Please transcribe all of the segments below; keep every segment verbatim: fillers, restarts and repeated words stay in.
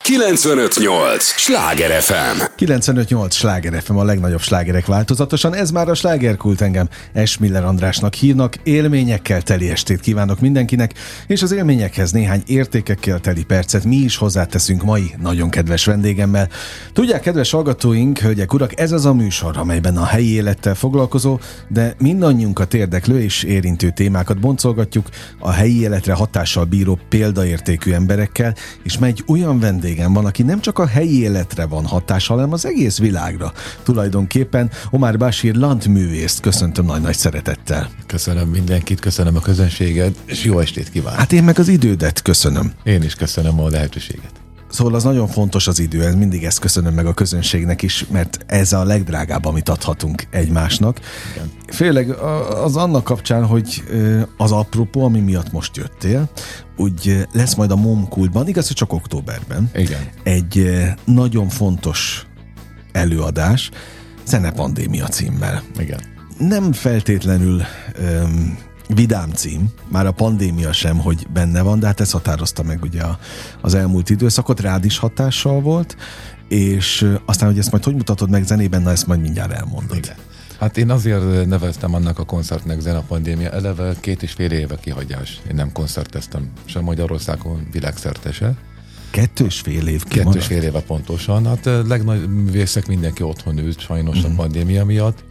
kilencvenöt nyolc Sláger ef em. kilencvenöt nyolc Sláger ef em, a legnagyobb slágerek változatosan. Ez már a slágerkult, engem Esmiller Andrásnak hívnak. Élményekkel teli estét kívánok mindenkinek, és az élményekhez néhány értékekkel teli percet mi is hozzáteszünk mai nagyon kedves vendégemmel. Tudják, kedves hallgatóink, hölgyek, urak, ez az a műsor, amelyben a helyi élettel foglalkozó, de mindannyiunkat érdeklő és érintő témákat boncolgatjuk a helyi életre hatással bíró példaértékű emberekkel, és mely egy olyan vendégem van, aki nem csak a helyi életre van hatással, hanem az egész világra. Tulajdonképpen Omar Bashir landművészt köszöntöm nagy-nagy szeretettel. Köszönöm mindenkit, köszönöm a közönséget, és jó estét kívánok. Hát én meg az idődet köszönöm. Én is köszönöm a lehetőséget. Szóval az nagyon fontos az idő, ez mindig ezt köszönöm meg a közönségnek is, mert ez a legdrágább, amit adhatunk egymásnak. Igen. Főleg az annak kapcsán, hogy az apropó, ami miatt most jöttél, úgy lesz majd a Momkultban, igaz, hogy csak októberben. Igen. Egy nagyon fontos előadás, Zenepandémia címmel. Igen. Nem feltétlenül um, vidám cím, már a pandémia sem, hogy benne van, de hát ez határozta meg ugye az elmúlt időszakot, rád is hatással volt, és aztán, hogy ezt majd hogy mutatod meg zenében, na ezt majd mindjárt elmondod. Igen. Hát én azért neveztem annak a koncertnek Zenepandémia, eleve két és fél éve kihagyás. Én nem koncerteztem sem Magyarországon, világszerte se. Kettő és fél év kimaradt? Kettő és fél éve pontosan. Hát legnagyobb művészek mindenki otthon ült, sajnos mm-hmm. a pandémia miatt.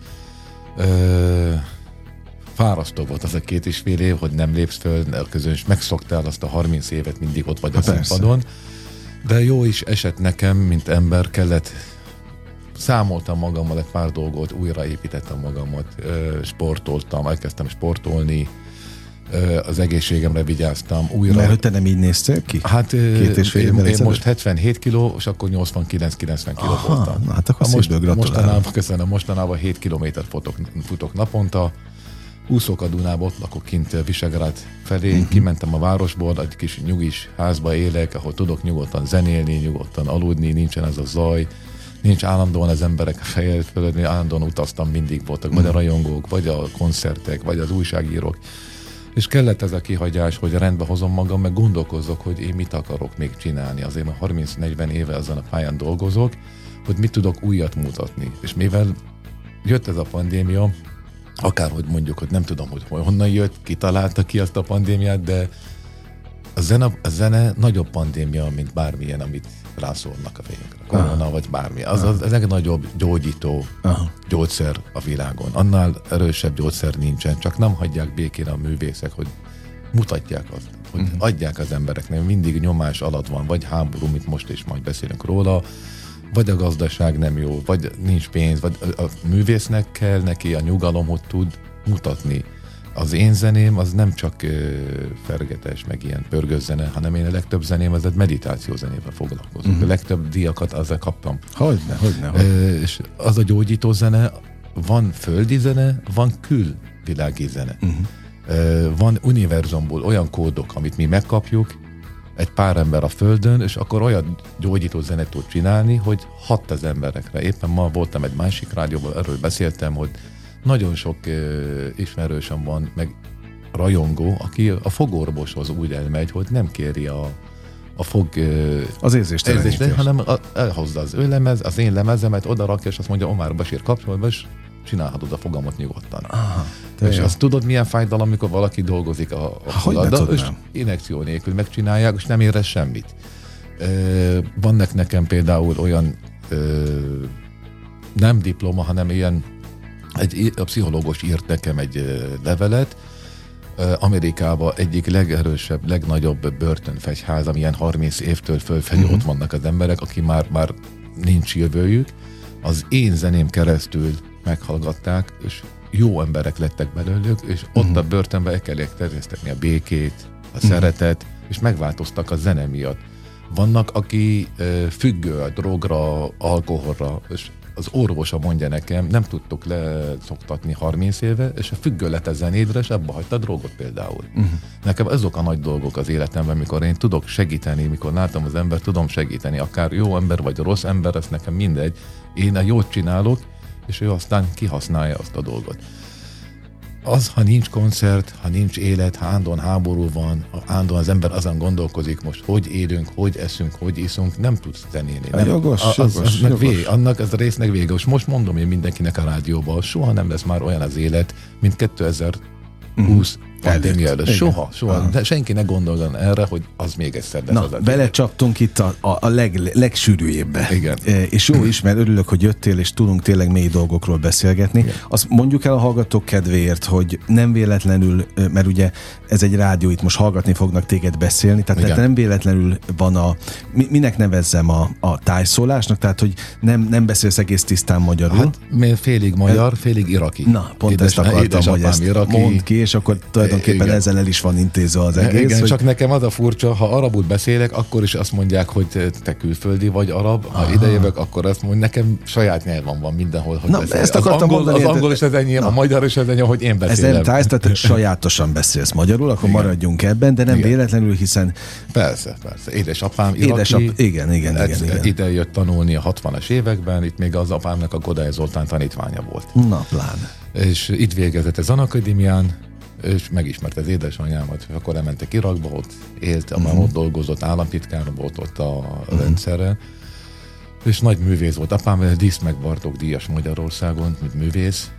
Ö, fárasztó volt az a két és fél év, hogy nem lépsz föl, a közöns megszoktál azt a harminc évet, mindig ott vagy ha, a színpadon. De jó is esett nekem, mint ember, kellett, számoltam magammal egy pár dolgot, újraépítettem magamat, sportoltam, elkezdtem sportolni, az egészségemre vigyáztam. Újra... Mert hogy te nem így néztél ki? Hát két és fél én, én most hetvenhét kiló, és akkor nyolcvankilenc-kilencven kiló Aha, voltam. Na, hát akkor most, mostanában, köszönöm, mostanában hét kilométert futok, futok naponta, úszok a Dunába, ott lakok kint Visegrád felé, uh-huh. kimentem a városból, egy kis nyugis házba élek, ahol tudok nyugodtan zenélni, nyugodtan aludni, nincsen ez a zaj, nincs állandóan az emberek fejjel fölödni, állandóan utaztam, mindig voltak, uh-huh. vagy a rajongók, vagy a koncertek, vagy az újságírók. És kellett ez a kihagyás, hogy rendbe hozom magam, meg gondolkozzok, hogy én mit akarok még csinálni. Azért már harminc-negyven éve ezen a pályán dolgozok, hogy mit tudok újat mutatni. És mivel jött ez a pandémia, akárhogy mondjuk, hogy nem tudom, hogy honnan jött, ki találta ki azt a pandémiát, de a zene, a zene nagyobb pandémia, mint bármilyen, amit rászólnak a fejünkre. Korona Aha. vagy bármi. Az a legnagyobb gyógyító Aha. gyógyszer a világon. Annál erősebb gyógyszer nincsen, csak nem hagyják békén a művészek, hogy mutatják azt, hogy uh-huh. adják az embereknek. Mindig nyomás alatt van, vagy háború, mint most is majd beszélünk róla, vagy a gazdaság nem jó, vagy nincs pénz, vagy a, a művésznek kell neki a nyugalom, hogy tud mutatni. Az én zeném az nem csak ö, fergetes, meg ilyen pörgős zene, hanem én a legtöbb zeném az egy meditáció zenével foglalkozom. Uh-huh. A legtöbb díjakat azzal kaptam. Hogyne, hogyne, hogyne. Ö, és az a gyógyító zene, van földi zene, van külvilági zene. Uh-huh. Ö, van univerzumból olyan kódok, amit mi megkapjuk, egy pár ember a földön, és akkor olyan gyógyító zenét tud csinálni, hogy hat az emberekre. Éppen ma voltam egy másik rádióban, erről beszéltem, hogy nagyon sok uh, ismerősöm van, meg rajongó, aki a fogorvoshoz úgy elmegy, hogy nem kéri a, a fog... Uh, az érzéstelenítés. Hanem a, elhozza az ő lemez, az én lemezemet, oda rakja, és azt mondja, Omar Bashir kapcsolatban, és csinálhatod a fogamot nyugodtan. Aha, és jó. Azt tudod, milyen fájdalom, amikor valaki dolgozik a, a fogaddal, és injekció nélkül megcsinálják, és nem érez semmit. Uh, vannak nekem például olyan uh, nem diploma, hanem ilyen Egy, a pszichológus írt nekem egy levelet, Amerikában egyik legerősebb, legnagyobb börtönfegyház, ami ilyen harminc évtől fölfelé uh-huh. ott vannak az emberek, aki már, már nincs jövőjük. Az én zeném keresztül meghallgatták, és jó emberek lettek belőlük, és uh-huh. ott a börtönben el kellett terjeszteni a békét, a uh-huh. szeretet, és megváltoztak a zene miatt. Vannak, aki függő a drogra, alkoholra, és az orvosa mondja nekem, nem tudtuk leszoktatni harminc éve, és a függő lett a zenédre, és abba hagyta a drogot például. Uh-huh. Nekem azok a nagy dolgok az életemben, mikor én tudok segíteni, mikor látom az ember, tudom segíteni, akár jó ember vagy rossz ember, ez nekem mindegy. Én a jót csinálok, és ő aztán kihasználja azt a dolgot. az, ha nincs koncert, ha nincs élet, ha állandóan háború van, ha állandóan az ember azon gondolkozik most, hogy élünk, hogy eszünk, hogy iszunk, nem tudsz zenélni. Nem? Jogos, az, jogos, az, jogos. Vég, annak ez a résznek vége. És most mondom én mindenkinek a rádióban, soha nem lesz már olyan az élet, mint kétezer-húsz uh-huh. pandémia előtt. Soha, soha. De senki ne gondoljon erre, hogy az még egyszer lesz. Na, az belecsaptunk itt a, a, a leg, legsűrűjébbe. Igen. E, és jó is, mert örülök, hogy jöttél, és tudunk tényleg mély dolgokról beszélgetni. Igen. Azt mondjuk el a hallgatók kedvéért, hogy nem véletlenül, mert ugye ez egy rádió, itt most hallgatni fognak téged beszélni, tehát Igen. nem véletlenül van a, minek nevezzem a, a tájszólásnak, tehát hogy nem, nem beszélsz egész tisztán magyarul. Hát félig magyar, félig iraki. Na, pont Édes, ezt akartam, hogy ezt iraki. mondd ki, és akkor tulajdonképpen igen. ezzel el is van intézve az egész. Igen, hogy... csak nekem az a furcsa, ha arabul beszélek, akkor is azt mondják, hogy te külföldi vagy arab, ha aha. idejövök, akkor azt mondják, nekem saját nyelven van mindenhol, hogy na, ezt az angol, mondani, az angol is az enyém, a magyar is az enyém, hogy én beszélem. Ez nem tájsz, tehát sajátosan beszélsz magyarul, akkor igen. maradjunk ebben, de nem igen. véletlenül, hiszen... Persze, persze. Édesapám iraki. Édesap... Igen, igen, igen, igen. Ide jött tanulni a hatvanas években, itt még az apámnak a Godály Zoltán tanítványa volt. Na, pláne. És itt végezett az Anakadémián, és megismerte az édesanyámat, akkor elmentek Irakba, ott élt, uh-huh. már ott dolgozott, államtitkár volt ott a uh-huh. rendszerrel, és nagy művész volt. Apám Dísz meg Bartók díjas Magyarországon, mint művész.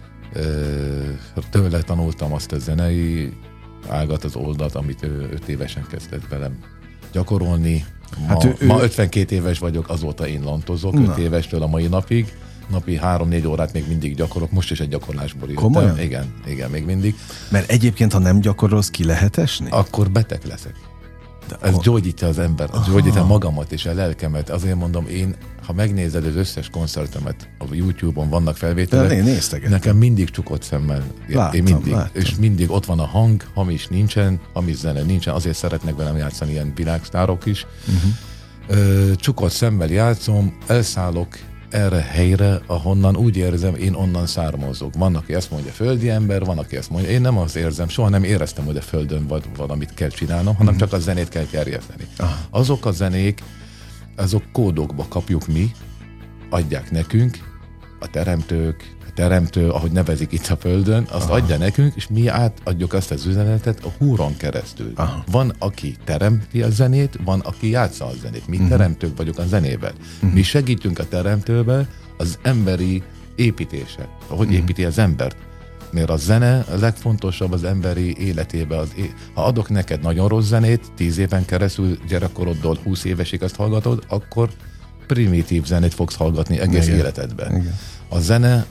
Tőle tanultam azt a zenei ágat, az oldalt, amit ő öt évesen kezdett velem gyakorolni. Ma, hát ő, ma ötvenkét éves vagyok, azóta én lantozok, na. öt évestől a mai napig. Napi három-négy órát még mindig gyakorolok, most is egy gyakorlásból jöttem. Komolyan? Igen, igen, még mindig. Mert egyébként, ha nem gyakorolsz, ki lehet esni? Akkor beteg leszek. De ez akkor... gyógyítja az ember, ez gyógyítja magamat és a lelkemet. Azért mondom, én, ha megnézed az összes koncertemet, a YouTube-on vannak felvételek, nekem mindig csukott szemmel. Láttam, én mindig. láttam. És mindig ott van a hang, hamis nincsen, hamis zene nincsen, azért szeretnek velem játszani ilyen világsztárok is. Uh-huh. Csukott szemmel játszom, elszállok erre helyre, ahonnan úgy érzem, én onnan származok. Van, aki ezt mondja, földi ember, van, aki ezt mondja. Én nem azt érzem, soha nem éreztem, hogy a földön vagy valamit kell csinálnom, hanem csak a zenét kell terjeszteni. Aha. Azok a zenék, azok kódokba kapjuk mi, adják nekünk, a teremtők, a teremtő, ahogy nevezik itt a földön, azt aha. adja nekünk, és mi átadjuk azt az üzenetet a húron keresztül. Aha. Van, aki teremti a zenét, van, aki játsza a zenét. Mi uh-huh. teremtők vagyunk a zenével. Uh-huh. Mi segítünk a teremtőbe az emberi építése, ahogy uh-huh. építi az embert. Mert a zene a legfontosabb az emberi életébe. Az é- ha adok neked nagyon rossz zenét, tíz éven keresztül gyerekkoroddól húsz évesig azt hallgatod, akkor primitív zenét fogsz hallgatni egész igen. életedben. Igen. A zene,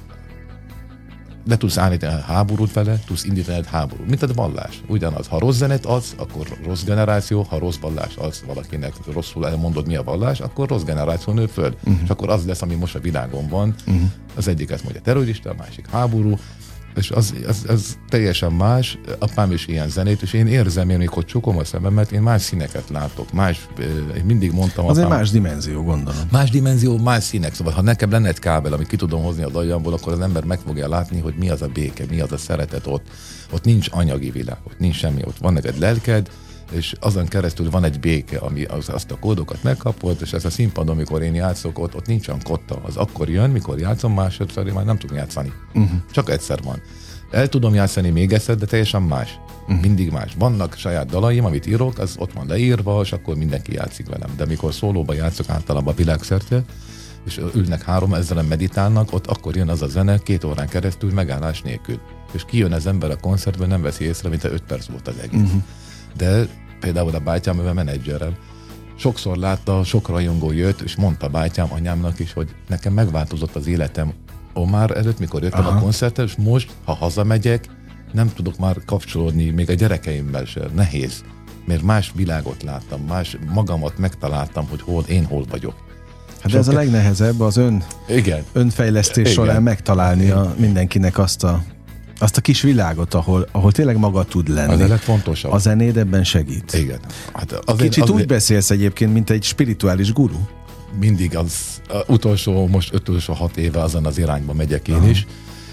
le tudsz állítani a háborút vele, tudsz indítani egy háborút. Mint a vallás. Ugyanaz. Ha rossz zenét adsz, akkor rossz generáció, ha rossz vallás adsz valakinek, rosszul elmondod, mi a vallás, akkor rossz generáció nő föl. Uh-huh. És akkor az lesz, ami most a világon van. Uh-huh. Az egyik ezt mondja terrorista, a másik háború, és az, az, az teljesen más. Apám is ilyen zenét, és én érzem, én még hogy csukom a szememet, én más színeket látok, más, én mindig mondtam. Az apám, egy más dimenzió, gondolom. Más dimenzió, más színek, szóval ha nekem lenne egy kábel, amit ki tudom hozni a agyamból, akkor az ember meg fogja látni, hogy mi az a béke, mi az a szeretet ott. Ott nincs anyagi világ, ott nincs semmi, ott van neked lelked, és azon keresztül van egy béke, ami az, azt a kódokat megkapod, és ez a színpadon, amikor én játszok, ott, ott nincsen kotta. Az akkor jön, mikor játszom, másodszor én már nem tudom játszani. Uh-huh. Csak egyszer van. El tudom játszani még egyszer, de teljesen más. Uh-huh. Mindig más. Vannak saját dalaim, amit írok, az ott van leírva, és akkor mindenki játszik velem. De mikor szólóba játszok általában világszerte, és ülnek három, ezzel meditálnak, ott akkor jön az a zene két órán keresztül megállás nélkül. És kijön az ember a koncertben, nem veszi észre, mint öt perc volt az egész. Uh-huh. De például a bátyám, ő menedzserem, sokszor látta, sok rajongó jött, és mondta bátyám anyámnak is, hogy nekem megváltozott az életem Omar előtt, mikor jöttem aha. a koncertre, és most, ha hazamegyek, nem tudok már kapcsolódni, még a gyerekeimmel sem. Nehéz. Mert más világot láttam, más magamat megtaláltam, hogy hol, én hol vagyok. Hát ez a legnehezebb az ön, igen. önfejlesztés igen. során megtalálni a, mindenkinek azt a, azt a kis világot, ahol, ahol tényleg maga tud lenni. Az a legfontosabb. A zenéd ebben segít. Igen. Hát azért, Kicsit azért... úgy beszélsz egyébként, mint egy spirituális guru. Mindig az utolsó, most utolsó hat éve azon az irányba megyek én aha. is.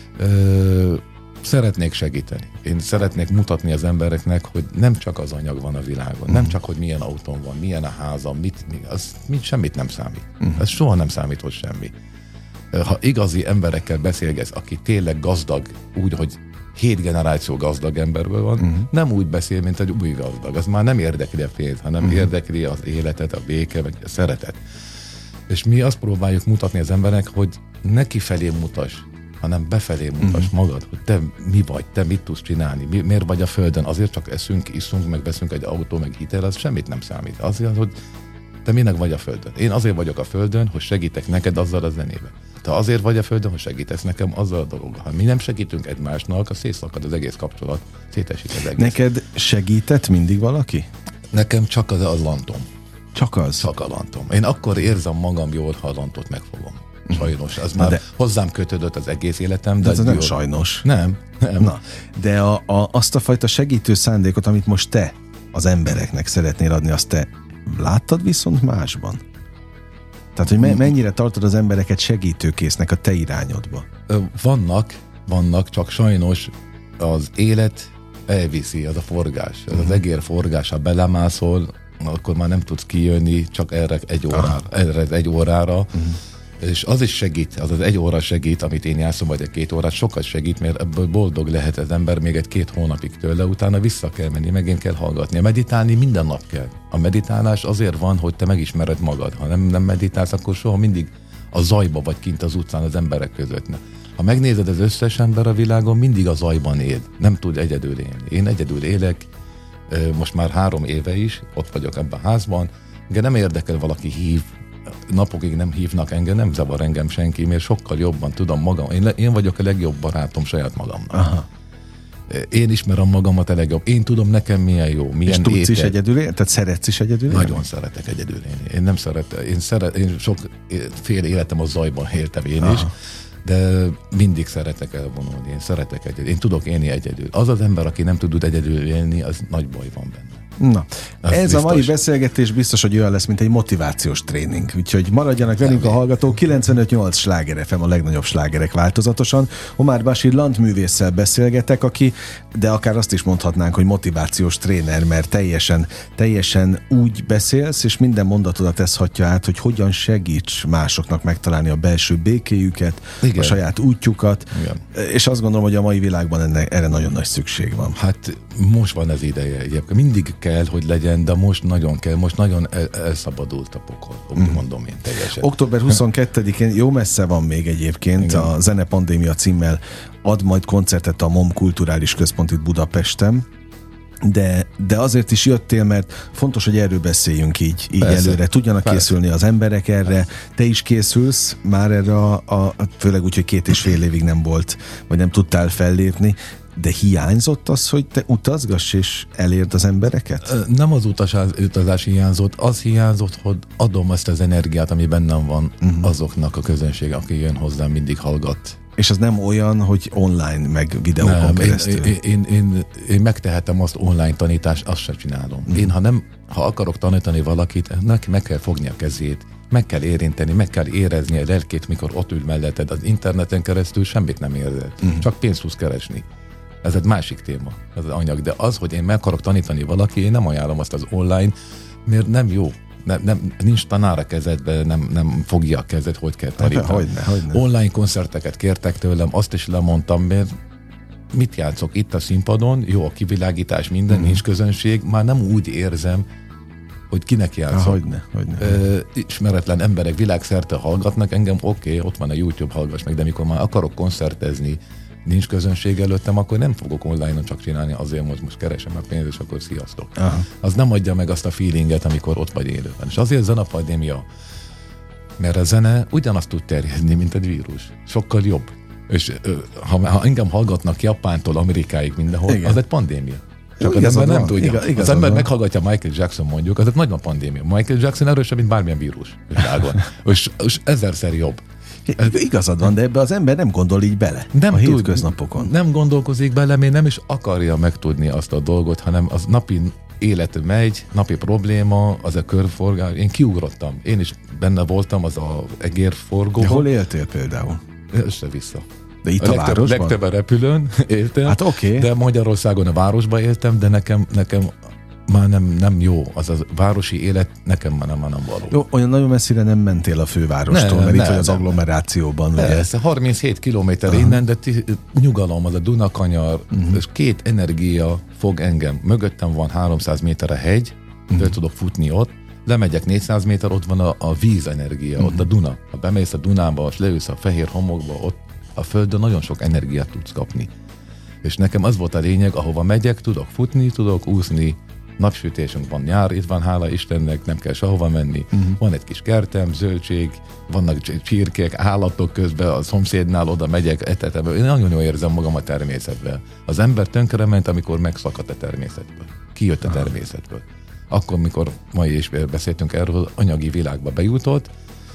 Ö, szeretnék segíteni. Én szeretnék mutatni az embereknek, hogy nem csak az anyag van a világon, uh-huh. nem csak, hogy milyen autón van, milyen a házam, mit, mi, az mit, semmit nem számít. Uh-huh. Ez soha nem számít, hogy semmi. Ha igazi emberekkel beszélgetsz, aki tényleg gazdag úgy, hogy hét generáció gazdag emberből van, uh-huh. nem úgy beszél, mint egy új gazdag. Az már nem érdekli a pénz, hanem uh-huh. érdekli az életet, a béke, meg a szeretet. És mi azt próbáljuk mutatni az emberek, hogy ne kifelé mutass, hanem befelé mutass uh-huh. magad, hogy te mi vagy, te mit tudsz csinálni, mi, miért vagy a földön, azért csak eszünk, iszunk, meg veszünk egy autó, meg hitel, az semmit nem számít. Azért, hogy te minek vagy a földön. Én azért vagyok a földön, hogy segítek neked azzal a zenével. Te azért vagy a földön, hogy segítesz nekem azzal a dologgal. Ha mi nem segítünk egymásnak, az szétszakad az egész kapcsolat, szétesik az egész. Neked segített mindig valaki? Nekem csak az a lantom. Csak az? Csak a lantom. Én akkor érzem magam jól, ha a lantot megfogom. Sajnos. Az már de... hozzám kötődött az egész életem. De ez nem jól... sajnos. Nem. nem. Na, de a, a, azt a fajta segítő szándékot, amit most te az embereknek szeretnél adni, azt te láttad viszont másban? Tehát, hogy me- mennyire tartod az embereket segítőkésznek a te irányodba? Vannak, vannak, csak sajnos az élet elviszi, az a forgás. Az, az egér forgás, ha belemászol, akkor már nem tudsz kijönni csak erre egy órára. Erre egy órára. Uh-huh. És az is segít, az az egy óra segít, amit én játszom, vagy egy két órát, sokat segít, mert ebből boldog lehet az ember még egy két hónapig tőle, utána vissza kell menni, megint kell hallgatni. A meditálni minden nap kell. A meditálás azért van, hogy te megismered magad. Ha nem, nem meditálsz, akkor soha mindig a zajba vagy kint az utcán az emberek között. Ha megnézed, az összes ember a világon mindig a zajban él. Nem tud egyedül élni. Én egyedül élek, most már három éve is, ott vagyok ebben a házban, de nem érdekel, valaki hív, napokig nem hívnak engem, nem zavar engem senki, mert sokkal jobban tudom magam. Én, én vagyok a legjobb barátom saját magamnak. Aha. Én ismerem magamat a legjobb. Én tudom nekem milyen jó, milyen és tudsz étel. is egyedül élni? Tehát szeretsz is egyedül élni? Nagyon szeretek egyedül élni. Én nem szeretem. Én, szeret, én sok fél életem a zajban éltem én Aha. is, de mindig szeretek elvonulni. Én szeretek egyedül. Én tudok élni egyedül. Az az ember, aki nem tud egyedül élni, az nagy baj van benne. Na, ez, ez a mai beszélgetés biztos, hogy olyan lesz, mint egy motivációs tréning. Úgyhogy maradjanak velünk a hallgatók. kilencvenöt nyolc Sláger ef em, a legnagyobb slágerek változatosan. Omar Bashir landművésszel beszélgetek, aki, de akár azt is mondhatnánk, hogy motivációs tréner, mert teljesen, teljesen úgy beszélsz, és minden mondatodat ez hatja át, hogy hogyan segíts másoknak megtalálni a belső békéjüket, igen. a saját útjukat, igen. és azt gondolom, hogy a mai világban ennek, erre nagyon nagy szükség van. Hát most van az ideje egyébként. Mindig kell, hogy legyen, de most nagyon kell, most nagyon el, elszabadult a pokol, mm. mondom én teljesen. október huszonkettedikén, jó messze van még egyébként, igen. a Zene Pandémia címmel ad majd koncertet a MOM Kulturális Központ itt Budapesten, de, de azért is jöttél, mert fontos, hogy erről beszéljünk így, így előre. Tudjanak Persze. készülni az emberek erre. Persze. Te is készülsz már erre, a, a, főleg úgy, hogy két és fél évig nem volt, vagy nem tudtál fellépni. De hiányzott az, hogy te utazgass és elérd az embereket? Nem az utazás, utazás hiányzott, az hiányzott, hogy adom ezt az energiát, ami bennem van uh-huh. azoknak a közönség, aki jön hozzám, mindig hallgat. És az nem olyan, hogy online, meg videókon nem, keresztül? Én, én, én, én megtehetem azt online tanítást, azt sem csinálom. Uh-huh. Én, ha nem, ha akarok tanítani valakit, neki meg kell fogni a kezét, meg kell érinteni, meg kell érezni a lelkét, mikor ott ül melletted. Az interneten keresztül semmit nem érzed, uh-huh. csak pénzt tudsz keresni. Ez egy másik téma, ez az anyag. De az, hogy én meg akarok tanítani valaki, én nem ajánlom azt az online, mert nem jó. Nem, nem, nincs tanár a kezedben, nem, nem fogja a kezed, hogy kell tanítani. Hogyne, hogyne. Online koncerteket kértek tőlem, azt is lemondtam, mert mit játszok itt a színpadon, jó a kivilágítás, minden, mm. nincs közönség, már nem úgy érzem, hogy kinek játszok. Ha, hogyne, hogyne. Ö, ismeretlen emberek világszerte hallgatnak engem, oké, okay, ott van a YouTube, hallgass meg, de mikor már akarok koncertezni, nincs közönség előttem, akkor nem fogok online-on csak csinálni, azért most, most keresem a pénzt, és akkor sziasztok. Aha. Az nem adja meg azt a feelinget, amikor ott vagy élőben. És azért Zene Pandémia, mert a zene ugyanazt tud terjedni, mint egy vírus. Sokkal jobb. És ha, ha engem hallgatnak Japántól Amerikáig mindenhol, igen. az egy pandémia. Csak jó, az ember nem van. tudja. Igaz, igaz, az ember van. meghallgatja Michael Jackson mondjuk, az egy nagyon pandémia. Michael Jackson erősebb, mint bármilyen vírus. és, és ezerszer jobb. Igazad van, de ebbe az ember nem gondol így bele nem a tud, hétköznapokon. Nem gondolkozik bele, mert nem is akarja megtudni azt a dolgot, hanem az napi élet megy, napi probléma, az a körforgás. Én kiugrottam. Én is benne voltam az a egérforgóban. Hol éltél például? Össze-vissza. De itt a, a legtöbb, városban? Legtöbb a repülőn éltem, hát okay. de Magyarországon a városban éltem, de nekem, nekem már nem, nem jó. Az a városi élet nekem már nem, már nem való. Jó, olyan nagyon messzire nem mentél a fővárostól, nem, mert nem, itt vagy az nem, agglomerációban. Ugye? Persze, harminchét kilométer innen, de ti, nyugalom, az a Dunakanyar, uh-huh. és két energia fog engem. Mögöttem van háromszáz méter a hegy, uh-huh. de tudok futni ott, lemegyek négyszáz méter, ott van a, a vízenergia, uh-huh. ott a Duna. Ha bemész a Dunába, és leülsz a fehér homokba, ott a földön nagyon sok energiát tudsz kapni. És nekem az volt a lényeg, ahova megyek, tudok futni, tudok úszni, napsütésünk van, nyár, itt van, hála Istennek, nem kell sehova menni. Uh-huh. Van egy kis kertem, zöldség, vannak csirkék, állatok közben, a szomszédnál oda megyek, etetem. Én nagyon jól érzem magam a természetben. Az ember tönkrement, amikor megszakadt a természetből. Kijött a természetből. Akkor, mikor ma is beszéltünk erről, anyagi világba bejutott,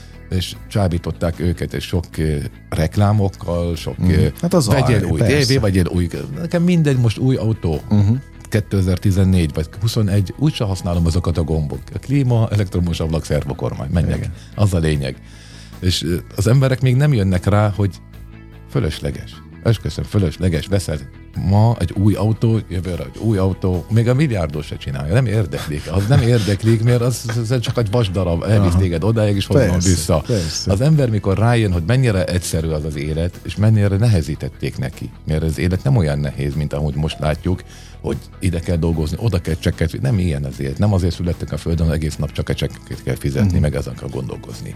és csábították őket, és sok uh, reklámokkal, sok mm. hát az vegyél új tévé, vegyél új... Nekem mindegy, most új autó. Uh-huh. kétezer-tizennégy vagy huszonegy, úgyse használom azokat a gombok. A klíma, elektromos ablak, szervokormány, menjek. Igen. Az a lényeg. És uh, az emberek még nem jönnek rá, hogy fölösleges. Esküszöm, fölösleges, veszel ma egy új autó, jövőre egy új autó, még a milliárdos se csinálja, nem érdeklik. Az nem érdeklik, mert az, az csak egy vasdarab, elvisz téged odáig, és hozzon vissza. Persze. Az ember, mikor rájön, hogy mennyire egyszerű az az élet, és mennyire nehezítették neki. Mert az élet nem olyan nehéz, mint ahogy most látjuk, hogy ide kell dolgozni, oda kell csekket, nem ilyen az élet. Nem azért születtek a földön, egész nap csak a csekket kell fizetni, mm. meg ezen kell gondolkozni.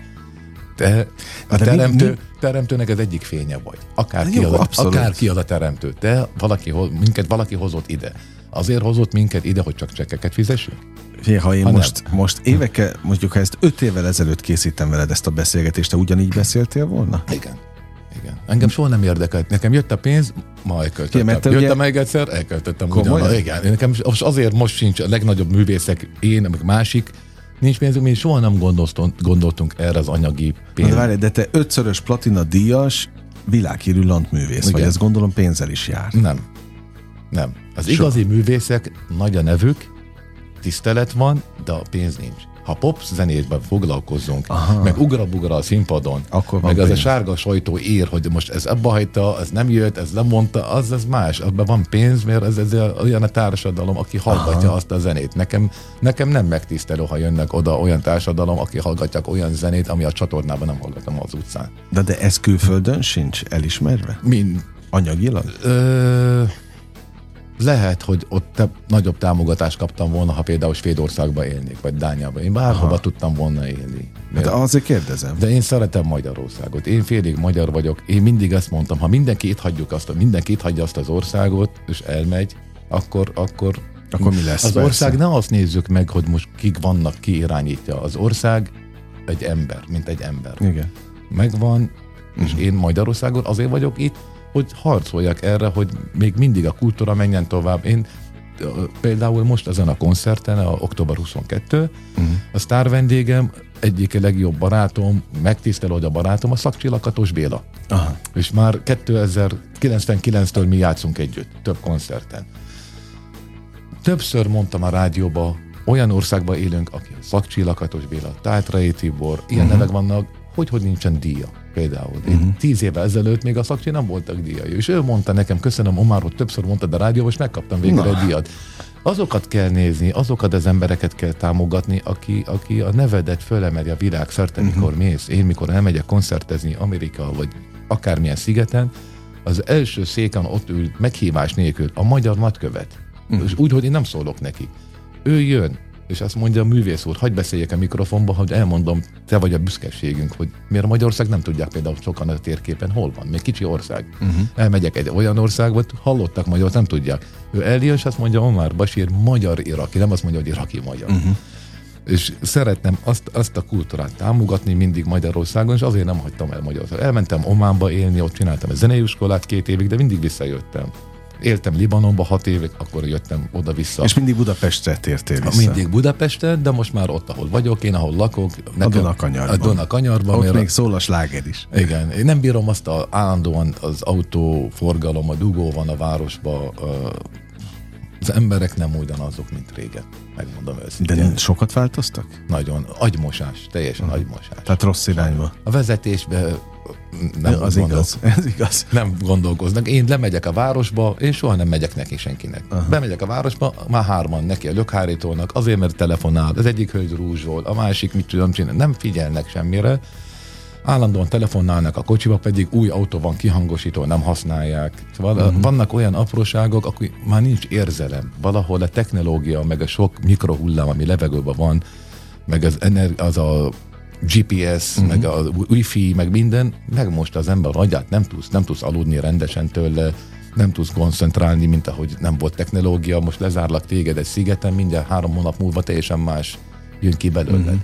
Te a teremtő, mi, mi? teremtőnek az egyik fénye vagy. Akár, jó, ki, az, akár ki az a teremtő. Te valaki, minket valaki hozott ide. Azért hozott minket ide, hogy csak csekkeket fizessünk? Fé, ha én ha most, most évekkel, mondjuk ha ezt öt évvel ezelőtt készítem veled ezt a beszélgetést, te ugyanígy beszéltél volna? Igen. Igen. Engem soha nem érdekelt. Nekem jött a pénz, ma elköltöttem. Jöttem ugye... meg egyszer, elköltöttem. Ugyan, igen. Nekem azért most sincs a legnagyobb művészek, én, meg másik, nincs pénzünk, mi soha nem gondoltunk, gondoltunk erre az anyagi pénzre. Várj, de te ötszörös platina díjas, világhírű landművész vagy, ez gondolom pénzzel is jár. Nem. Nem. Az Soha. Igazi művészek, nagy a nevük, tisztelet van, de a pénz nincs. Ha pop zenésben foglalkozzunk, aha, meg ugra-bugra a színpadon, meg az pénz. A sárga sajtó ír, hogy most ez abba hagyta, ez nem jött, ez lemondta, az ez más. Abban van pénz, mert ez, ez olyan a társadalom, aki hallgatja, aha, azt a zenét. Nekem, nekem nem megtisztelő, ha jönnek oda olyan társadalom, aki hallgatják olyan zenét, ami a csatornában nem hallgatom az utcán. De, de ez külföldön sincs elismerve? Mind. Anyagilag? Ö... Lehet, hogy ott te, nagyobb támogatást kaptam volna, ha például Svédországban élnék, vagy Dániában. Én bárhova aha, tudtam volna élni. De azért kérdezem. De én szeretem Magyarországot. Én félig magyar vagyok. Én mindig ezt mondtam, ha mindenki itt hagyjuk azt, mindenki itt hagyja azt az országot, és elmegy, akkor, akkor, akkor mi lesz? Az persze. Ország ne azt nézzük meg, hogy most kik vannak, ki irányítja. Az ország egy ember, mint egy ember. Igen. Megvan, és uh-huh, én Magyarországon azért vagyok itt, hogy harcoljak erre, hogy még mindig a kultúra menjen tovább. Én például most ezen a koncerten, a október huszonkettő, uh-huh, a sztár vendégem, egyik legjobb barátom, megtisztelő, hogy a barátom, a Szakcsi Lakatos Béla. Aha. És már kétezer-kilencvenkilenctől mi játszunk együtt, több koncerten. Többször mondtam a rádióba, olyan országban élünk, aki a Szakcsi Lakatos Béla, Tátrai Tibor, ilyen uh-huh, nevek vannak, hogy hogy nincsen díja. Például. Én uh-huh, tíz évvel ezelőtt még a Szakcsi nem voltak díjai. És ő mondta nekem, köszönöm Omar, hogy többször mondtad a rádióban, és megkaptam végre egy díjat. Azokat kell nézni, azokat az embereket kell támogatni, aki, aki a nevedet fölemeli a világ szerte, uh-huh, mikor mész. Én mikor elmegyek koncertezni Amerika, vagy akármilyen szigeten, az első széken ott ül meghívás nélkül a magyar nagykövet. Uh-huh. És úgy, hogy én nem szólok neki. Ő jön, és azt mondja a művész úr, hagyj beszéljek a mikrofonba, hogy elmondom, te vagy a büszkeségünk, hogy miért a Magyarország nem tudják például sokan a térképen, hol van, még kicsi ország. Uh-huh. Elmegyek egy olyan országba, hallottak magyar, nem tudják. Ő eljön, és azt mondja, Omar Bashir, magyar-iraki, nem azt mondja, hogy iraki-magyar. Uh-huh. És szeretném azt, azt a kultúrát támogatni mindig Magyarországon, és azért nem hagytam el Magyarországon. Elmentem Ománba élni, ott csináltam egy zenei iskolát két évig, de mindig visszajöttem. Éltem Libanonba hat évig, akkor jöttem oda-vissza. És mindig Budapestre tértél vissza? Mindig Budapesten, de most már ott, ahol vagyok, én ahol lakok. Nekem, a Dunakanyarban. A Dunakanyarban. Ott még szól a sláger is. Igen. Én nem bírom azt a, állandóan az autóforgalom, a dugó van a városba. Az emberek nem ugyanazok, mint régen. Megmondom őszintén. De sokat változtak? Nagyon. Agymosás. Teljesen uh-huh, agymosás. Tehát rossz irányba. A vezetésbe nem az gondol, igaz, ez igaz. Nem gondolkoznak. Én lemegyek a városba, és soha nem megyek neki senkinek. Aha. Bemegyek a városba, már hárman neki a lökhárítónak, azért, mert telefonál. Az egyik hölgy rúzsol, a másik mit tudom csinálni. Nem figyelnek semmire. Állandóan telefonálnak a kocsiba, pedig új autó van, kihangosító, nem használják. Szóval uh-huh. vannak olyan apróságok, akkor már nincs érzelem. Valahol a technológia, meg a sok mikrohullám, ami levegőben van, meg az, ener- az a gé pé es, uh-huh. meg a wifi, meg minden, megmosta az ember agyát, nem tudsz, nem tudsz aludni rendesen tőle, nem tudsz koncentrálni, mint ahogy nem volt technológia, most lezárlak téged egy szigeten, mindjárt három hónap múlva teljesen más jön ki belőled. Uh-huh.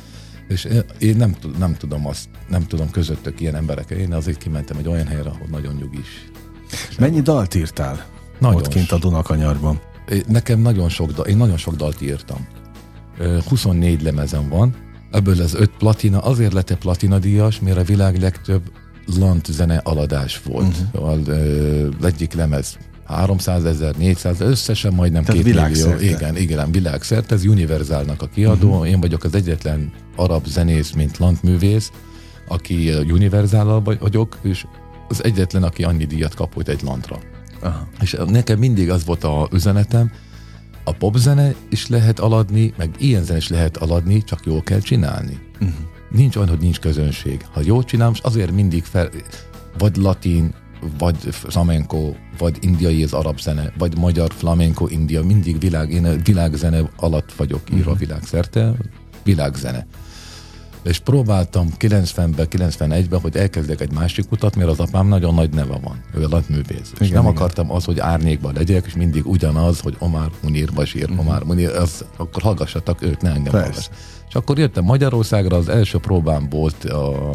És én nem, nem tudom azt, nem tudom közöttök ilyen emberek. Én azért kimentem egy olyan helyre, ahol nagyon nyugis. Mennyi dalt írtál? Nagyon ott kint a Dunakanyarban. Nekem nagyon sok dal, én nagyon sok dalt írtam. huszonnégy lemezem van, ebből az öt platina, azért lett egy platina díjas, mert a világ legtöbb lant zene aladás volt. Uh-huh. Az egyik lemez háromszázezer, négyszázezer, összesen majdnem két millió. Igen, igen, világszerte. Ez Universalnak a kiadó. Uh-huh. Én vagyok az egyetlen arab zenész, mint lantművész, aki Universallal vagyok, és az egyetlen, aki annyi díjat kapott egy lantra. Aha. És nekem mindig az volt az üzenetem, a popzene is lehet aladni, meg ilyen zene is lehet aladni, csak jól kell csinálni. Uh-huh. Nincs olyan, hogy nincs közönség. Ha jól csinálom, azért mindig fel, vagy latin, vagy flamenco, vagy indiai az arab zene, vagy magyar flamenco, india, mindig világ, én világzene alatt vagyok írva uh-huh. világszerte, világzene. És próbáltam kilencvenben, kilencvenegyben, hogy elkezdek egy másik utat, mert az apám nagyon nagy neve van, ő a lantművész. És nem igen. akartam az, hogy árnyékban legyek, és mindig ugyanaz, hogy Omar Munir Bashir, uh-huh. Omar Munir, az, akkor hallgassatok őt, ne engem hallgass. És akkor jöttem Magyarországra, az első próbám volt a,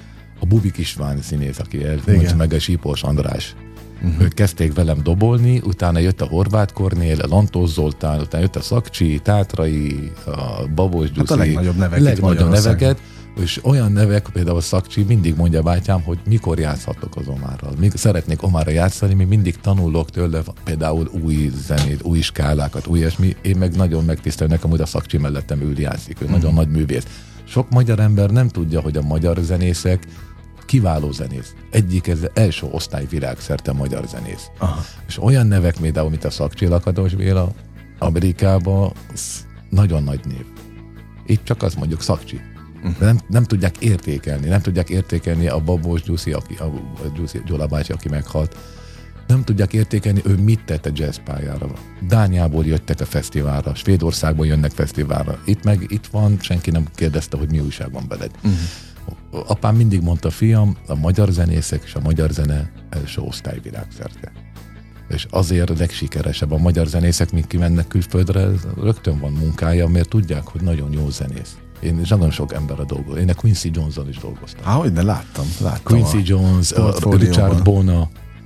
a Bubik István színész, aki elmondta meg a Sípos András. Uh-huh. Ők kezdték velem dobolni, utána jött a Horváth Kornél, a Lantós Zoltán, utána jött a Szakcsi, Tátrai, a Babos Gyuszi. Hát a legnagyobb nevek. Legnagyobb neveket, és olyan nevek, például a Szakcsi, mindig mondja bátyám, hogy mikor játszhatok az Omárral. Még szeretnék Omárra játszani, még mindig tanulok tőle például új zenét, új skálákat, új ilyesmi. Én meg nagyon megtisztel nekem, hogy a Szakcsi mellettem ül játszik, ő uh-huh. nagyon nagy művész. Sok magyar ember nem tudja, hogy a magyar zenészek kiváló zenész. Egyik ez első osztály világszerte magyar zenész. Aha. És olyan nevek, például, mint a Szakcsi, Lakatos Béla, Amerikában nagyon nagy név. Itt csak azt mondjuk Szakcsi. Uh-huh. Nem, nem tudják értékelni, nem tudják értékelni a Babos Gyuszi, aki, a, a Gyuszi Gyula bácsi, aki meghalt. Nem tudják értékelni, ő mit tett a jazzpályára. Dániából jöttek a fesztiválra, Svédországból jönnek fesztiválra. Itt meg itt van, senki nem kérdezte, hogy mi újság van veled. Uh-huh. Apám mindig mondta, fiam, a magyar zenészek és a magyar zene első osztály világszerte. És azért legsikeresebb a magyar zenészek, mint kimennek külföldre, rögtön van munkája, mert tudják, hogy nagyon jó zenész. Én is nagyon sok emberre dolgozom. Én a Quincy Jones-on is dolgoztam. Há, hogy ne láttam. láttam Quincy Jones, a Richard Bona,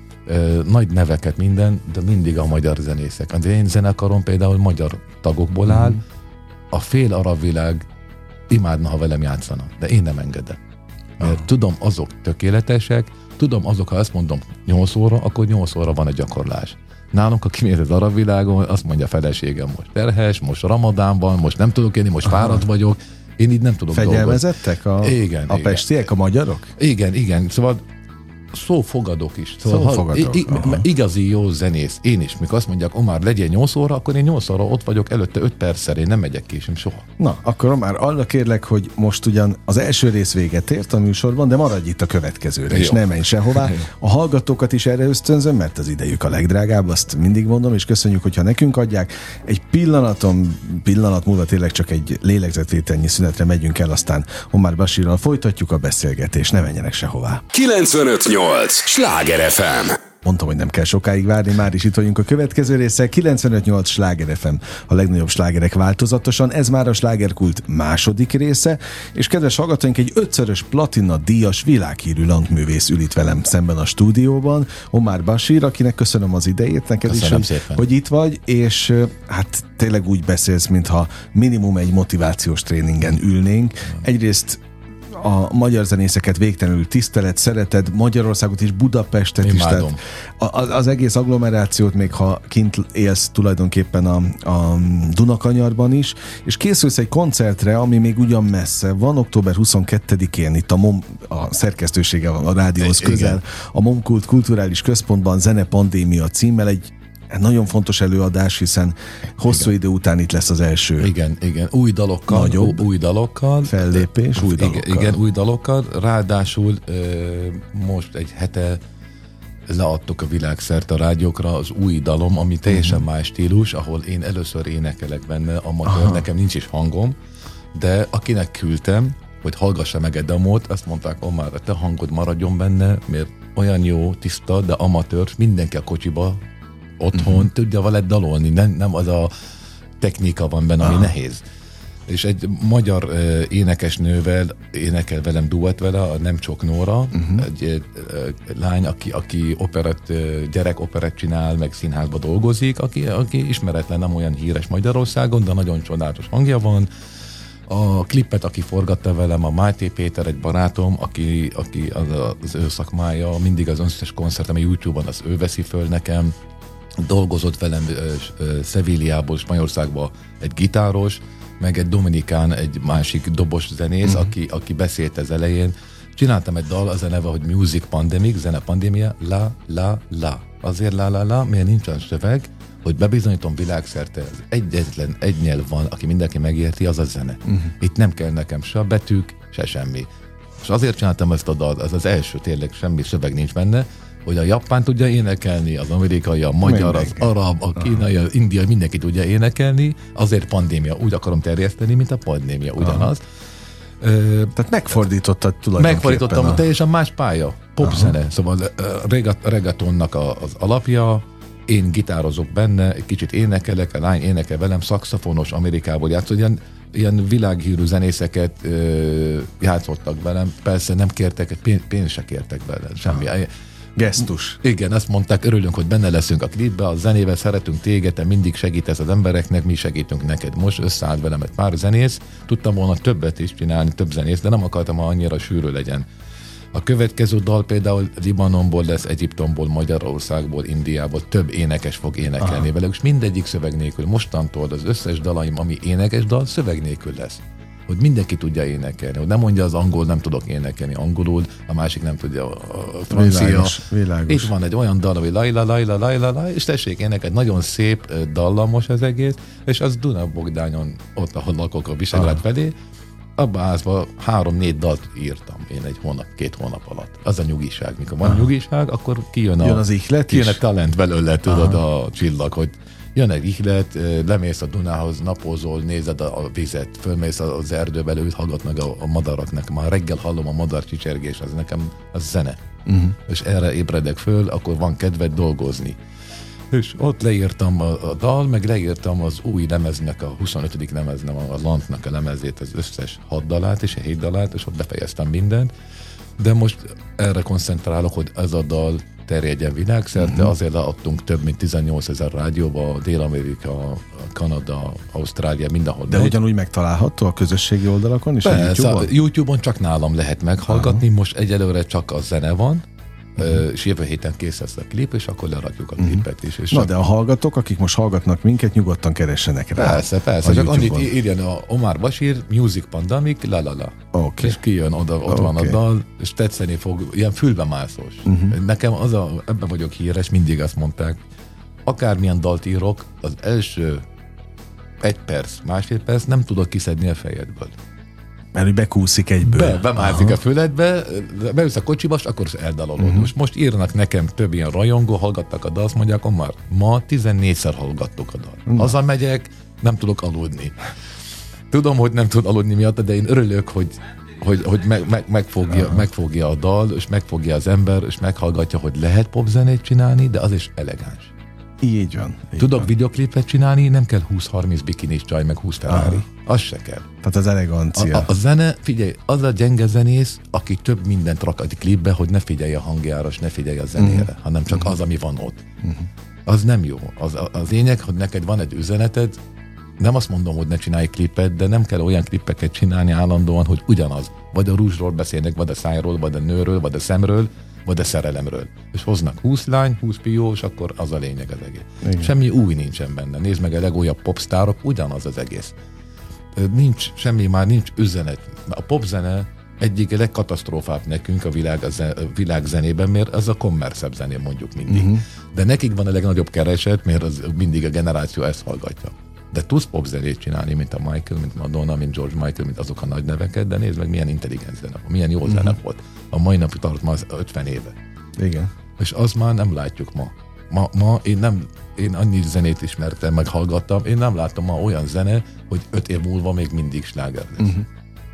nagy neveket minden, de mindig a magyar zenészek. Az én zenekarom például magyar tagokból áll, mm. a fél arab világ imádna, ha velem játszanak, de én nem engedem. Mert ah. tudom, azok tökéletesek, tudom, azok, ha azt mondom nyolc óra, akkor nyolc óra van a gyakorlás. Nálunk, aki mész az arab világon, azt mondja a feleségem, most terhes, most ramadán van, most nem tudok élni, most fáradt vagyok, én így nem tudok dolgozni. Fegyelmezettek a, igen, a igen. pestiek, a magyarok? Igen, igen, szóval szófogadok is. Szóval szófogadok. I- I- igazi jó zenész. Én is, mikor azt mondják, Omar, legyen nyolc óra, akkor én nyolc óra ott vagyok, előtte öt perccel, én nem megyek később soha. Na, akkor Omar, arra kérlek, hogy most ugyan az első rész véget ért a műsorban, de maradj itt a következőre, jó. És ne menj sehová. A hallgatókat is erre ösztönzöm, mert az idejük a legdrágább, azt mindig mondom, és köszönjük, hogyha nekünk adják. Egy pillanaton, pillanat múlva tényleg csak egy lélegzetvételnyi szünetre megyünk el, aztán Omar Bashirral folytatjuk a beszélgetést, ne menjenek sehová. kilencvenöt nyolc Sláger ef em. Mondtam, hogy nem kell sokáig várni, már is itt vagyunk a következő résszel. kilencvenöt nyolc Sláger ef em, a legnagyobb slágerek változatosan. Ez már a Slágerkult második része, és kedves hallgatóink, egy ötszörös platina díjas világhírű lantművész ül itt velem szemben a stúdióban, Omar Bashir, akinek köszönöm az idejét, neked köszönöm is, szépen. hogy itt vagy, és hát tényleg úgy beszélsz, mintha minimum egy motivációs tréningen ülnénk. Egyrészt a magyar zenészeket végtelenül tisztelet, szereted Magyarországot és Budapestet is. Tehát az, az egész agglomerációt, még ha kint élsz tulajdonképpen a, a Dunakanyarban is, és készülsz egy koncertre, ami még ugyan messze van, október huszonkettedikén itt a MOM, a szerkesztősége van a rádióhoz közel, a MOMkult Kulturális Központban Zenepandémia címmel egy nagyon fontos előadás, hiszen hosszú igen. idő után itt lesz az első. Igen, igen. Új dalokkal. Nagyobb új dalokkal. Fellépés, új dalokkal. Igen, igen, új dalokkal. Ráadásul most egy hete leadtuk a világszerte a rádiókra az új dalom, ami teljesen uh-huh. más stílus, ahol én először énekelek benne, amatőr, nekem nincs is hangom, de akinek küldtem, hogy hallgassa meg egy demót, azt mondták, ó, már a te hangod maradjon benne, mert olyan jó, tiszta, de amatőr, mindenki a kocsiba otthon uh-huh. tudja vele dalolni, nem, nem az a technika van benne, ami ah. nehéz. És egy magyar uh, énekesnővel énekel velem duett vele, a Nemcsok Nóra, uh-huh. egy uh, lány, aki, aki operett, uh, gyerekoperett csinál, meg színházba dolgozik, aki, aki ismeretlen, nem olyan híres Magyarországon, de nagyon csodálatos hangja van. A klippet, aki forgatta velem, a Máté Péter, egy barátom, aki, aki az, az ő szakmája, mindig az összes koncertem a YouTube-on, az ő veszi föl nekem. Dolgozott velem Szevíliából, Spanyolországba egy gitáros, meg egy dominikán, egy másik dobos zenész, uh-huh. aki, aki beszélt az elején. Csináltam egy dal, az a neve, hogy Music Pandemic, zene pandémia, la, la, la. Azért la, la, la, mert nincsen szöveg, hogy bebizonyítom világszerte, az egyetlen egy nyelv van, aki mindenki megérti, az a zene. Uh-huh. Itt nem kell nekem se a betűk, se semmi. És azért csináltam ezt a dalt, az az első, tényleg semmi szöveg nincs benne, hogy a japán tudja énekelni, az amerikai, a magyar, mindenki. Az arab, a kínai, az indiai, mindenki tudja énekelni, azért pandémia. Úgy akarom terjeszteni, mint a pandémia, ugyanaz. Ö, Tehát megfordítottad tulajdonképpen. Megfordítottam, a... teljesen más pálya, popzene. Szóval a reggaetonnak az alapja, én gitározok benne, egy kicsit énekelek, a lány énekel velem, szaxofonos, Amerikából játszott, ilyen, ilyen világhírű zenészeket ö, játszottak velem, persze nem kértek, pénz, pénzt se kértek velem, semmi. Aha. Gesztus. Igen, azt mondták, örülünk, hogy benne leszünk a klipbe, a zenével szeretünk téged, te mindig segítesz az embereknek, mi segítünk neked. Most összeállt velem egy pár zenész, tudtam volna többet is csinálni, több zenész, de nem akartam, ha annyira sűrű legyen. A következő dal például Libanonból lesz, Egyiptomból, Magyarországból, Indiából több énekes fog énekelni vele, és mindegyik szöveg nélkül. Mostantól az összes dalaim, ami énekes dal, szöveg nélkül lesz. Hogy mindenki tudja énekelni, hogy nem mondja az angol, nem tudok énekelni angolul, a másik nem tudja a francia. Világos, világos. Itt van egy olyan dal, hogy lajla, lajla, lajla, lajla, és tessék énekelni, nagyon szép dallamos az egész, és az Duna-Bogdányon, ott, ahol lakok a Visegrád felé, abban a házban három-négy dalt írtam én egy hónap, két hónap alatt. Az a nyugiság. Mikor van Aha. nyugiság, akkor kijön a, jön az ihlet kijön is? a talent belőle, tudod, Aha. a csillag, hogy jön egy ihlet, lemész a Dunához, napozol, nézed a vizet, fölmész az erdőbe, előtt hallgatnak a, a madaraknak. Már reggel hallom a madar csicsergés, az nekem az zene. Uh-huh. És erre ébredek föl, akkor van kedved dolgozni. És ott leírtam a, a dal, meg leírtam az új lemeznek, a huszonötödik lemeznek, a Lantnak a lemezét, az összes hat dalát és a hét dalát, és ott befejeztem mindent. De most erre koncentrálok, hogy ez a dal terjedjen világszerte, uh-huh. azért leadtunk több mint tizennyolcezer rádióba, Dél-Amerika, Kanada, Ausztrália, mindenhol. De megy. Ugyanúgy megtalálható a közösségi oldalakon is? Persze, a YouTube-on? a YouTube-on csak nálam lehet meghallgatni, uh-huh. most egyelőre csak a zene van, uh-huh. és jövő héten kész lesz a klip, és akkor lerakjuk a klipet is. És Na csak... de a hallgatók, akik most hallgatnak minket, nyugodtan keressenek rá. Persze, persze, csak annyit írjon a Omar Bashir, Music Pandemic, la la la. Okay. És kijön oda, ott okay. van a dal, és tetszeni fog, ilyen fülbemászós. Uh-huh. Nekem az a, ebben vagyok híres, mindig azt mondták, akármilyen dalt írok, az első egy perc, másfél perc nem tudok kiszedni a fejedből. Mert hogy bekúszik egyből. Be, bemászik a füledbe, beülsz a kocsiba, és akkor eldalolod. Uh-huh. Most, most írnak nekem több ilyen rajongó, hallgattak a dal, azt mondják, Omar, ma tizennégyszer hallgattuk a dal. Hazamegyek, nem tudok aludni. Tudom, hogy nem tud aludni miatt, de én örülök, hogy, hogy, hogy meg, meg, megfogja, megfogja a dal, és megfogja az ember, és meghallgatja, hogy lehet popzenét csinálni, de az is elegáns. Így van. Így Tudok van. videoklipet csinálni, nem kell húsz-harminc bikinis csaj, meg húsz Ferrari. Aha. Az se kell. Tehát az elegancia. A, a, a zene, figyelj, az a gyenge zenész, aki több mindent rak egy klipbe, hogy ne figyelj a hangjára, és ne figyelj a zenére, uh-huh. hanem csak uh-huh. az, ami van ott. Uh-huh. Az nem jó. Az, az lényeg, hogy neked van egy üzeneted, nem azt mondom, hogy ne csinálj klipet, de nem kell olyan klippeket csinálni állandóan, hogy ugyanaz. Vagy a rúzsról beszélnek, vagy a szájról, vagy a nőről, vagy a szemről, vagy a szerelemről. És hoznak húsz lány, húsz pió, és akkor az a lényeg az egész. Igen. Semmi új nincsen benne. Nézd meg a legújabb popstárok, ugyanaz az egész. Nincs semmi, már nincs üzenet. A popzene egyik legkatasztrófább nekünk a világ, a, zen, a világ zenében, mert az a kommerszebb zené mondjuk mindig. Uh-huh. De nekik van a legnagyobb kereset, mert az mindig a generáció ezt hallgatja. De tudsz popzenét csinálni, mint a Michael, mint Madonna, mint George Michael, mint azok a nagy neveket, de nézd meg, milyen intelligens zene, milyen jó zene uh-huh. volt. A mai napig tart ma az ötven éve. Igen. És azt már nem látjuk ma. Ma, ma én nem, én annyi zenét ismertem, meg hallgattam, én nem láttam ma olyan zene, hogy öt év múlva még mindig sláger lesz. Uh-huh.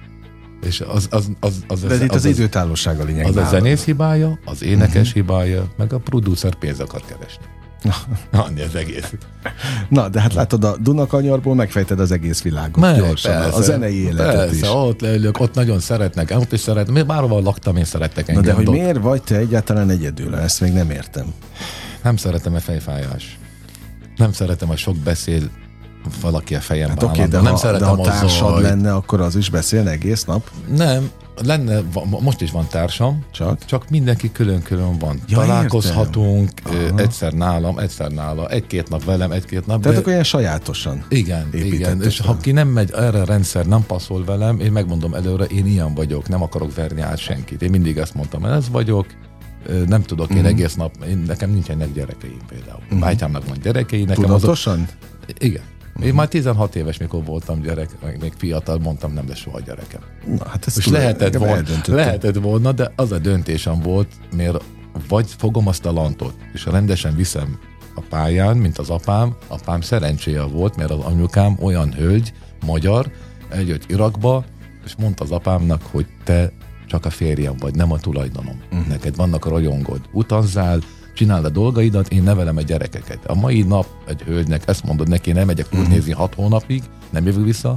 És az, az, az, az, de az, itt az, az időtállóság a lényeg. Az nálad. A zenész hibája, az énekes uh-huh. hibája, meg a producer pénzt akar keresni. Annyi az egész. Na, de hát látod, a Dunakanyarból megfejted az egész világot meg, gyorsan, persze, a zenei életet persze, is. Ott leülök, ott nagyon szeretnek, ott is szeretnek, bárhol laktam, én szerettek engem. Na de hogy ott. Miért vagy te egyáltalán egyedül? Ezt még nem értem. Nem szeretem a fejfájás. Nem szeretem, a sok beszél valaki a fejemben. Hát oké, de, nem ha, de ha társad zaj. lenne, akkor az is beszélne egész nap? Nem, lenne, most is van társam, csak, csak mindenki külön-külön van. Ja, találkozhatunk, értem. egyszer nálam, egyszer nála, egy-két nap velem, egy-két nap. Tehát akkor ilyen sajátosan igen, igen, és ha ki nem megy erre a rendszer, nem passzol velem, én megmondom előre, én ilyen vagyok, nem akarok verni át senkit. Én mindig ezt mondtam, ez vagyok, nem tudok én uh-huh. egész nap, én, nekem nincsenek gyerekeim például. Uh-huh. Bátyámnak van gyerekei. Nekem tudatosan? Azok, igen. Uh-huh. Én már tizenhat éves, mikor voltam gyerek, még fiatal, mondtam, nem lesz soha gyerekem. Na, hát ez és lehetett volna, lehetett volna, de az a döntésem volt, mert vagy fogom azt a lantot, és rendesen viszem a pályán, mint az apám. Apám szerencséje volt, mert az anyukám olyan hölgy, magyar, eljött Irakba, és mondta az apámnak, hogy te csak a férjem vagy, nem a tulajdonom. Uh-huh. Neked vannak a rajongód. Utazzál, csináld a dolgaidat, én nevelem a gyerekeket. A mai nap egy hölgynek ezt mondod neki, nem megyek turnézni hat hónapig, nem jövök vissza,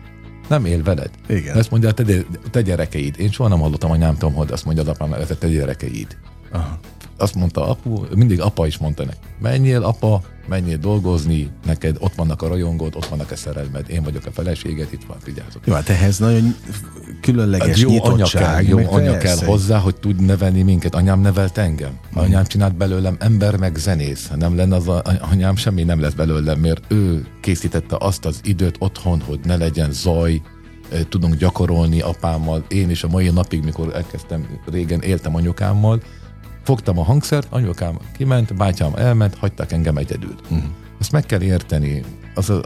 nem él veled. Igen. Ezt mondja, te, te gyerekeid. Én soha nem hallottam, hogy nem tudom, hogy azt mondja az apám, ez a te gyerekeid. Aha. Azt mondta apu, mindig apa is mondta neki. Menjél apa, menjél dolgozni, neked ott vannak a rajongód, ott vannak a szerelmed, én vagyok a feleséged, itt van, vigyázok. Jó, hát ehhez nagyon különleges jó nyitottság. Anya kell, jó anya kell hozzá, hogy tud nevelni minket. Anyám nevelt engem. Hmm. Anyám csinált belőlem ember meg zenész. Ha nem lenne az a, anyám, semmi nem lesz belőlem, mert ő készítette azt az időt otthon, hogy ne legyen zaj, tudunk gyakorolni apámmal. Én is a mai napig, mikor elkezdtem, régen éltem anyukámmal, fogtam a hangszert, anyukám kiment, bátyám elment, hagytak engem egyedül. Uh-huh. Ezt meg kell érteni. Az a,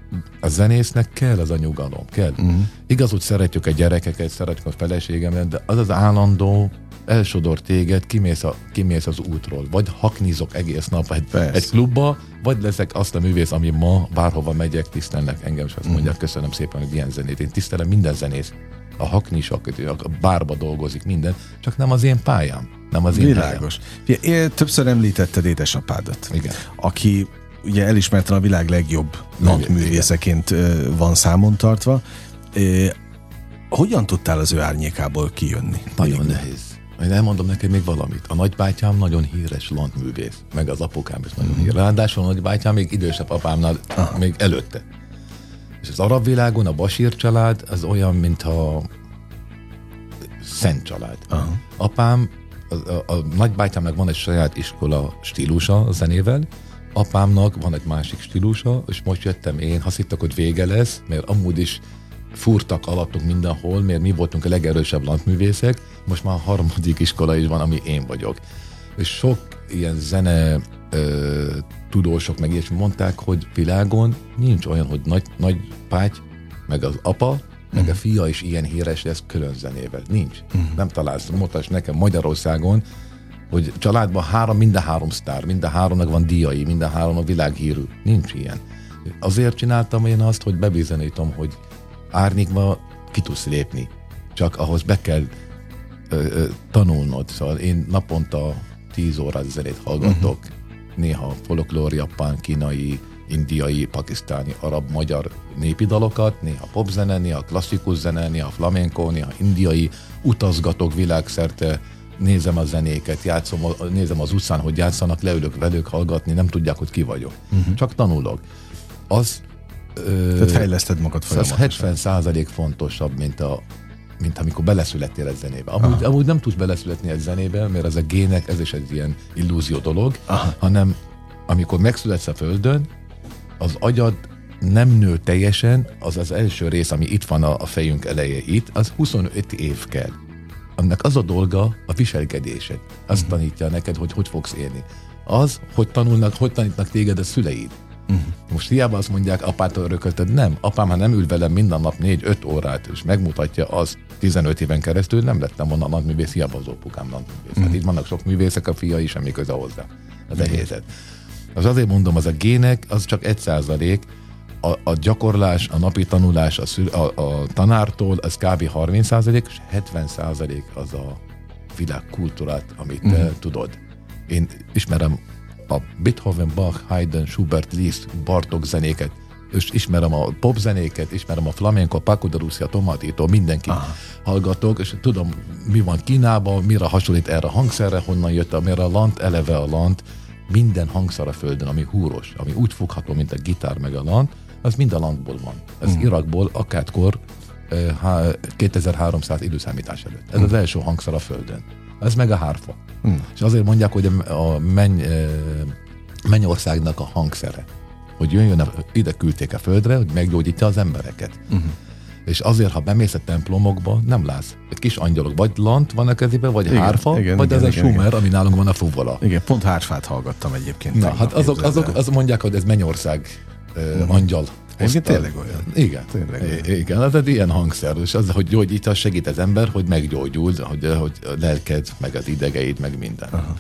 a zenésznek kell az a nyugalom, kell. Uh-huh. Igaz, hogy szeretjük a gyerekeket, szeretjük a feleségemet, de az az állandó elsodor téged, kimész, a, kimész az útról. Vagy haknizok egész nap egy, egy klubba, vagy leszek azt a művész, ami ma bárhova megyek, tisztelnek engem, és azt mondják, uh-huh. köszönöm szépen, hogy ilyen zenét. Én tisztelem minden zenész. A haknisok, a bárba dolgozik minden, csak nem az én pályám. Nem az én Világos. Én többször említetted édesapádat, igen. aki ugye elismerten a világ legjobb lantművészeként van számon tartva. Hogyan tudtál az ő árnyékából kijönni? Nagyon még nehéz. Én elmondom neked még valamit. A nagybátyám nagyon híres lantművész, meg az apukám is nagyon híres. Ráadásul a nagybátyám még idősebb apámnál, aha. még előtte. És az arab világon a Basír család az olyan, mintha szent család. Aha. Apám, a, a, a nagybátyámnak van egy saját iskola stílusa a zenével, apámnak van egy másik stílusa, és most jöttem én, azt hittek, hogy vége lesz, mert amúgy is fúrtak alattunk mindenhol, mert mi voltunk a legerősebb lantművészek, most már a harmadik iskola is van, ami én vagyok. És sok ilyen zene ö, tudósok meg is mondták, hogy világon nincs olyan, hogy nagy, nagy páty, meg az apa, uh-huh. meg a fia is ilyen híres lesz külön zenével. Nincs. Uh-huh. Nem találsz. Mutasd nekem Magyarországon, hogy családban három, minden három sztár, minden háromnak van díjai, minden három a világhírű. Nincs ilyen. Azért csináltam én azt, hogy bebizonyítom, hogy árnyékba ki tudsz lépni. Csak ahhoz be kell ö, ö, tanulnod. Szóval én naponta tíz órát zenét hallgatok. Uh-huh. Néha folklór, japán, kínai, indiai, pakisztáni, arab, magyar népi dalokat, néha popzene, néha klasszikus zene, néha flamenco, néha indiai. Utazgatok világszerte, nézem a zenéket, játszom, nézem az utcán, hogy játszanak, leülök velük hallgatni, nem tudják, hogy ki vagyok. Uh-huh. Csak tanulok. Az Tehát fejleszted magad folyamatosan. hetven százalék fontosabb, mint, a, mint amikor beleszülettél egy zenébe. Amúgy, amúgy nem tudsz beleszületni egy zenébe, mert ez a gének, ez is egy ilyen illúzió dolog, Aha. hanem amikor megszületsz a Földön, az agyad nem nő teljesen, az az első rész, ami itt van a, a fejünk eleje itt, az huszonöt év kell. Annak az a dolga a viselkedésed. Azt uh-huh. tanítja neked, hogy hogy fogsz élni. Az, hogy tanulnak, hogy tanítnak téged a szüleid. Uh-huh. Most hiába azt mondják, apától örökölted, nem. Apám, ha nem ül velem minden nap négy-öt órát, és megmutatja azt tizenöt éven keresztül, nem lettem volna nagyművész, hiába az apukám nagyművész. Uh-huh. Hát itt vannak sok művészek, a fiai semmi köze hozzá. Ez uh-huh. a helyzet. Az azért mondom, az a gének, az csak egy százalék, a, a gyakorlás, a napi tanulás a, szül, a, a tanártól, az kb. harminc százalék, és hetven százalék az a világkultúrát, amit uh-huh. te tudod. Én ismerem a Beethoven, Bach, Haydn, Schubert, Liszt, Bartók zenéket, és ismerem a popzenéket, ismerem a flamenco, Paco de Lucia, Tomatito, mindenki Aha. hallgatok, és tudom, mi van Kínában, mire hasonlít erre a hangszerre, honnan jött, amire a lant, eleve a lant, minden hangszer a földön, ami húros, ami úgy fogható, mint a gitár meg a lant, az mind a lantból van. Ez mm. Irakból, akárkor kétezer-háromszáz időszámítás előtt. Ez mm. az első hangszer a földön. Ez meg a hárfa. Mm. És azért mondják, hogy a menny, mennyországnak a hangszere. Hogy jöjjön, a, ide küldték a földre, hogy meggyógyítja az embereket. Mm. És azért, ha bemész a templomokba, nem látsz. Egy kis angyalok, vagy lant van a kezében, vagy igen, hárfa, igen, vagy igen, ez igen, a sumer, igen. ami nálunk van a fuvola. Igen, pont hárfát hallgattam egyébként. Na, hát azok, azok, azok mondják, hogy ez mennyország uh, angyal. Ez tényleg olyan. Igen, tényleg olyan. igen, ez egy ilyen hangszer, és az, hogy gyógyítja, segít az ember, hogy meggyógyul, hogy, hogy a lelked, meg az idegeid, meg minden. Aha.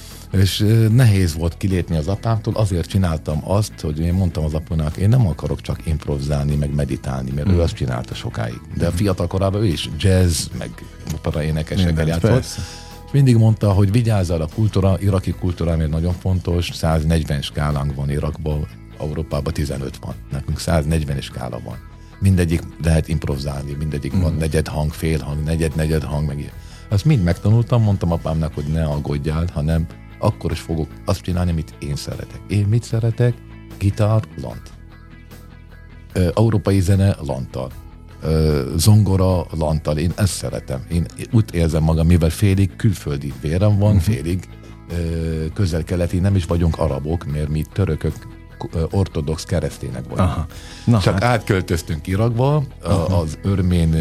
És nehéz volt kilépni az apámtól, azért csináltam azt, hogy én mondtam az apunak, én nem akarok csak improvizálni, meg meditálni, mert mm. ő azt csinálta sokáig. De a fiatal korában ő is jazz, meg opera énekesekkel játszott. És mindig mondta, hogy vigyázzál a kultúra, iraki kultúra, mert nagyon fontos, száznegyven skálánk van Irakban, Európában tizenöt van. Nekünk száznegyven skála van. Mindegyik lehet improvizálni, mindegyik mm. van negyed hang, fél hang, negyed, negyed hang, meg ilyen. Azt mind megtanultam, mondtam apámnak, hogy ne aggódjál, hanem akkor is fogok azt csinálni, amit én szeretek. Én mit szeretek? Gitár, lant. Ö, európai zene, lanttal. Ö, zongora, lanttal. Én ezt szeretem. Én úgy érzem magam, mivel félig külföldi vérem van, uh-huh. félig ö, közel-keleti, nem is vagyunk arabok, mert mi törökök, ortodox keresztények vagyunk. Aha. Na, Csak hát. átköltöztünk Irakba, uh-huh. az örmén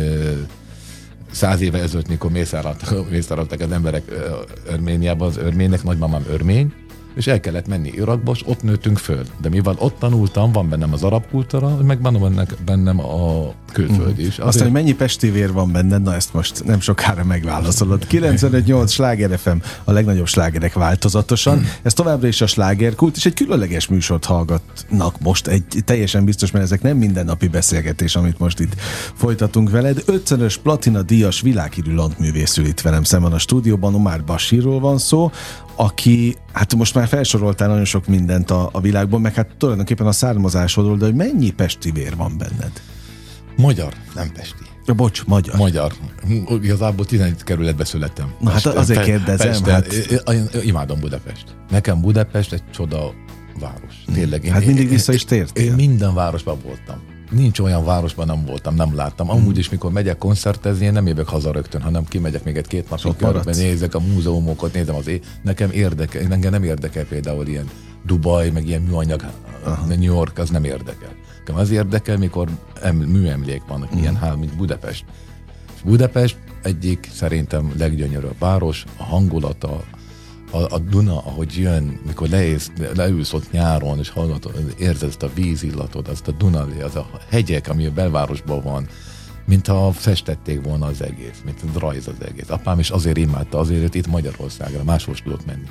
száz éve ezelőtt, mikor mészároltak az emberek Örméniában, az örménynek, nagymamám örmény, és el kellett menni Irakba, és ott nőttünk föl. De mivel ott tanultam, van bennem az arab kultúra, meg van bennem a külföld is. Azért... Aztán, hogy mennyi pesti vér van benned, na ezt most nem sokára megválaszolod. kilencvenöt nyolc Sláger ef em, a legnagyobb slágerek változatosan. Mm. Ez továbbra is a slágerkult, és egy különleges műsort hallgatnak most, egy teljesen biztos, mert ezek nem mindennapi beszélgetés, amit most itt folytatunk veled. Ötszörös platina díjas világhírű lantművész ül itt velem szemben a stúdióban, Omar Bashirról van szó, aki, hát most már felsoroltál nagyon sok mindent a, a világban, meg hát tulajdonképpen a származásodról, de hogy mennyi pesti vér van benned? Magyar, nem pesti. Bocs, magyar. Magyar. Igazából tizenegy kerületbe születtem. Na hát azért Pe- kérdezem. Pesten. Hát... Én imádom Budapest. Nekem Budapest egy csoda város. Tényleg. Én, hát mindig vissza én, is tértél. Én minden városban voltam. Nincs olyan városban nem voltam, nem láttam. Amúgy hmm. is, mikor megyek koncertezni, én nem jövök haza rögtön, hanem kimegyek még egy két napig körbe, nézek a múzeumokat, nézem az é... Nekem érdekel, engem nem érdekel például ilyen Dubaj, meg ilyen műanyag, Aha. New York, az nem érdekel. Nekem az érdekel, mikor em, műemlék vannak, hmm. ilyen hál, mint Budapest. És Budapest egyik szerintem leggyönyörűbb város, a hangulata, A, a Duna, ahogy jön, mikor leész, leülsz ott nyáron, és hallgatod, érzed ezt a vízillatot, azt a Duna, az a hegyek, ami a belvárosban van, mintha festették volna az egész, mint a rajz az egész. Apám is azért imádta, azért jött itt Magyarországra, máshol tudott menni.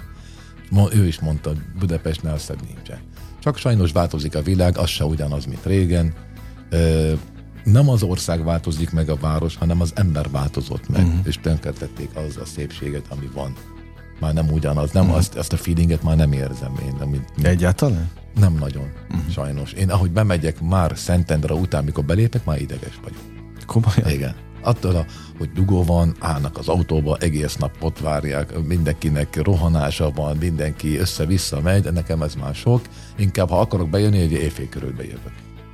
Ő is mondta, hogy Budapestnél szebb nincsen. Csak sajnos változik a világ, az se ugyanaz, mint régen. Ö, nem az ország változik meg a város, hanem az ember változott meg, uh-huh. és tönkretették az a szépséget, ami van. Már nem ugyanaz, nem uh-huh. azt, azt a feelinget már nem érzem én. Amit, Egyáltalán? Nem nagyon, uh-huh. sajnos. Én ahogy bemegyek már Szentendre után, mikor belépek, már ideges vagyok. Komolyan? Igen. Attól, a, hogy dugó van, állnak az autóba, egész nap ott várják, mindenkinek rohanása van, mindenki össze-vissza megy, nekem ez már sok. Inkább, ha akarok bejönni, egy éjfél körül bejövök.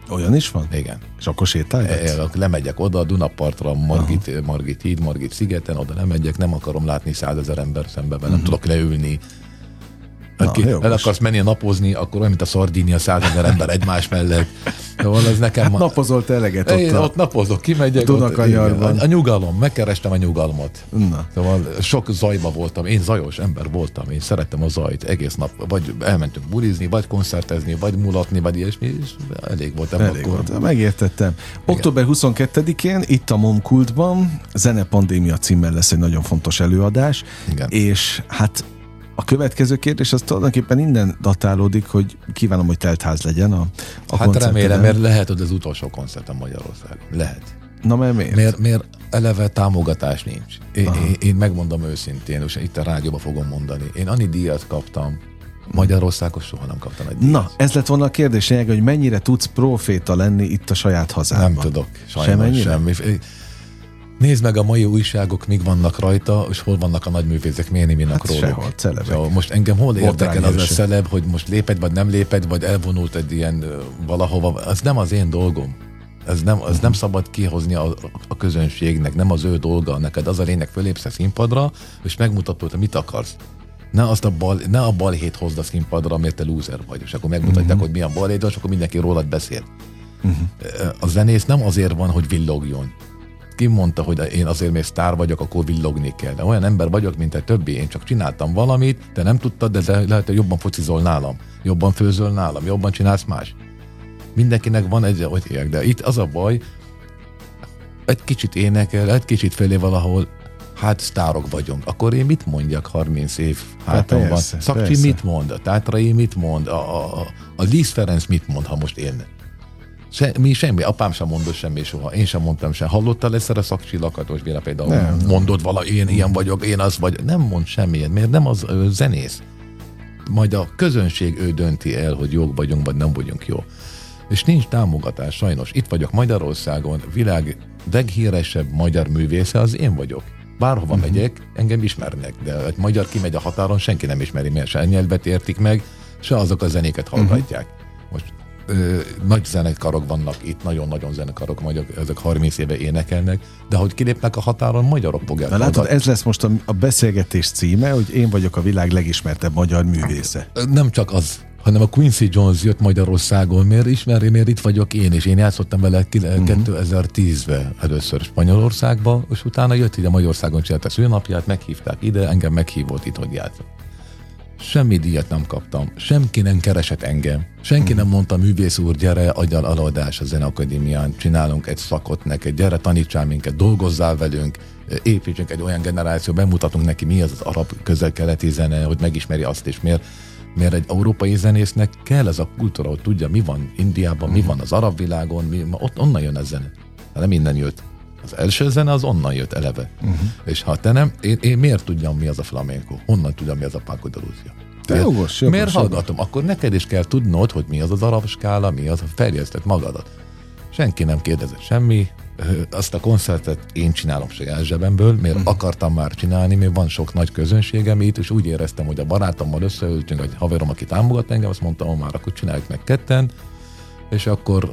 Olyan is van? Igen. És akkor sétálgatsz? E, lemegyek oda a Dunapartra, Margit, Margit híd, Margit szigeten, oda lemegyek, nem akarom látni százezer ember szembe, uh-huh. nem tudok leülni. Na, ki, el akarsz menni napozni, akkor olyan, mint a Szardínia, százezer ember egymás mellett. Szóval ez nekem... Hát napozol te eleget ott. Én ott napozok, kimegyek. Dunakanyarban. A, a nyugalom, megkerestem a nyugalmat. Na. Szóval sok zajba voltam, én zajos ember voltam, én szerettem a zajt egész nap. Vagy elmentünk bulizni, vagy koncertezni, vagy mulatni, vagy ilyesmi, és elég voltam. Elég akkor. volt, megértettem. Igen. október huszonkettedikén itt a Momkultban Zenepandémia címmel lesz egy nagyon fontos előadás. Igen. És hát a következő kérdés az tulajdonképpen innen datálódik, hogy kívánom, hogy teltház legyen a, a Hát remélem, mert lehet, hogy az utolsó koncertem Magyarországon. Lehet. Na mert miért? Mert, mert eleve támogatás nincs. Én, én, én megmondom őszintén, és itt a rádióban fogom mondani. Én annyi díjat kaptam, Magyarországon soha nem kaptam egy díjat. Na, ez lett volna a kérdés, hogy mennyire tudsz proféta lenni itt a saját hazádban? Nem tudok, sajnos semmi. Nézd meg a mai újságok, mik vannak rajta, és hol vannak a nagyművészek, miért nem írnak hát róluk. Sehol, celebek. Szóval most engem hol érdekel az a celeb, hogy most léped, vagy nem léped, vagy elvonult egy ilyen valahova. Az nem az én dolgom. Ez nem, az nem szabad kihozni a, a közönségnek, nem az ő dolga. Neked az a lényeg, fölépsz a színpadra, és megmutatod, hogy mit akarsz. Ne, azt a bal, ne a balhét hozd a színpadra, mert te lúzer vagy, és akkor megmutatják, uh-huh. hogy milyen balhét, és akkor mindenki rólad beszél. Uh-huh. A zenész nem azért van, hogy villogjon. Ki mondta, hogy én azért még sztár vagyok, akkor villogni kell. De olyan ember vagyok, mint egy többi. Én csak csináltam valamit, te nem tudtad, de lehet, hogy jobban focizol nálam, jobban főzöl nálam, jobban csinálsz más. Mindenkinek van egy, hogy éljek, de itt az a baj, egy kicsit énekel, egy kicsit fölé valahol, hát sztárok vagyunk. Akkor én mit mondjak harminc év hátamban? Szakcsi mit mond? A Tátrai mit mond? A, a, a Liszt Ferenc mit mond, ha most én? Se, mi semmi, apám sem mondott semmi soha, én sem mondtam sem. Hallottál egyszer a Szakcsi Lakatos Béla például? Nem. Mondod vala, én ilyen vagyok, én az vagy. Nem mond semmilyen, mert nem az ő, zenész. Majd a közönség ő dönti el, hogy jók vagyunk, vagy nem vagyunk jó. És nincs támogatás, sajnos. Itt vagyok Magyarországon, világ leghíresebb magyar művésze az én vagyok. Bárhova uh-huh. megyek, engem ismernek, de egy magyar kimegy a határon, senki nem ismeri, mert se nyelvet értik meg, se azok a zenéket hallgatják. Uh-huh. Most ö, nagy zenekarok vannak itt, nagyon-nagyon zenekarok, magyar, ezek harminc éve énekelnek, de hogy kilépnek a határon, magyarok fogják. Na látod, ez lesz most a, a beszélgetés címe, hogy én vagyok a világ legismertebb magyar művésze. Nem csak az, hanem a Quincy Jones jött Magyarországon, miért ismeri, miért itt vagyok én, és én játszottam vele uh-huh. kétezer-tízben először Spanyolországba, és utána jött ide Magyarországon, csinálta szülnapját, meghívták ide, engem meghívott itt, hogy játszom. Semmi díjat nem kaptam, senki nem keresett engem, senki uh-huh. nem mondta, művész úr, gyere, adjál előadás a Zeneakadémián, csinálunk egy szakot neked, gyere, tanítsál minket, dolgozzál velünk, építsünk egy olyan generáció, bemutatunk neki, mi az az arab közel-keleti zene, hogy megismeri azt is, miért Mert egy európai zenésznek kell ez a kultúra, hogy tudja, mi van Indiában, uh-huh. mi van az arab világon, mi, ott onnan jön a zene. Hát nem innen jött. Az első zene az onnan jött eleve. Uh-huh. És ha te nem, én, én miért tudjam, mi az a flamenco? Honnan tudjam, mi az a Paco de Lucia? Miért, jogos, jogos, miért hallgatom? Akkor neked is kell tudnod, hogy mi az az arab skála, mi az, fejleszted magadat. Senki nem kérdezett semmi. Azt a koncertet én csinálom saját zsebemből, mert uh-huh. akartam már csinálni, mert van sok nagy közönségem itt, és úgy éreztem, hogy a barátommal összeültünk, egy haverom, aki támogat engem, azt mondtam, hogy már akkor csináljuk meg ketten, és akkor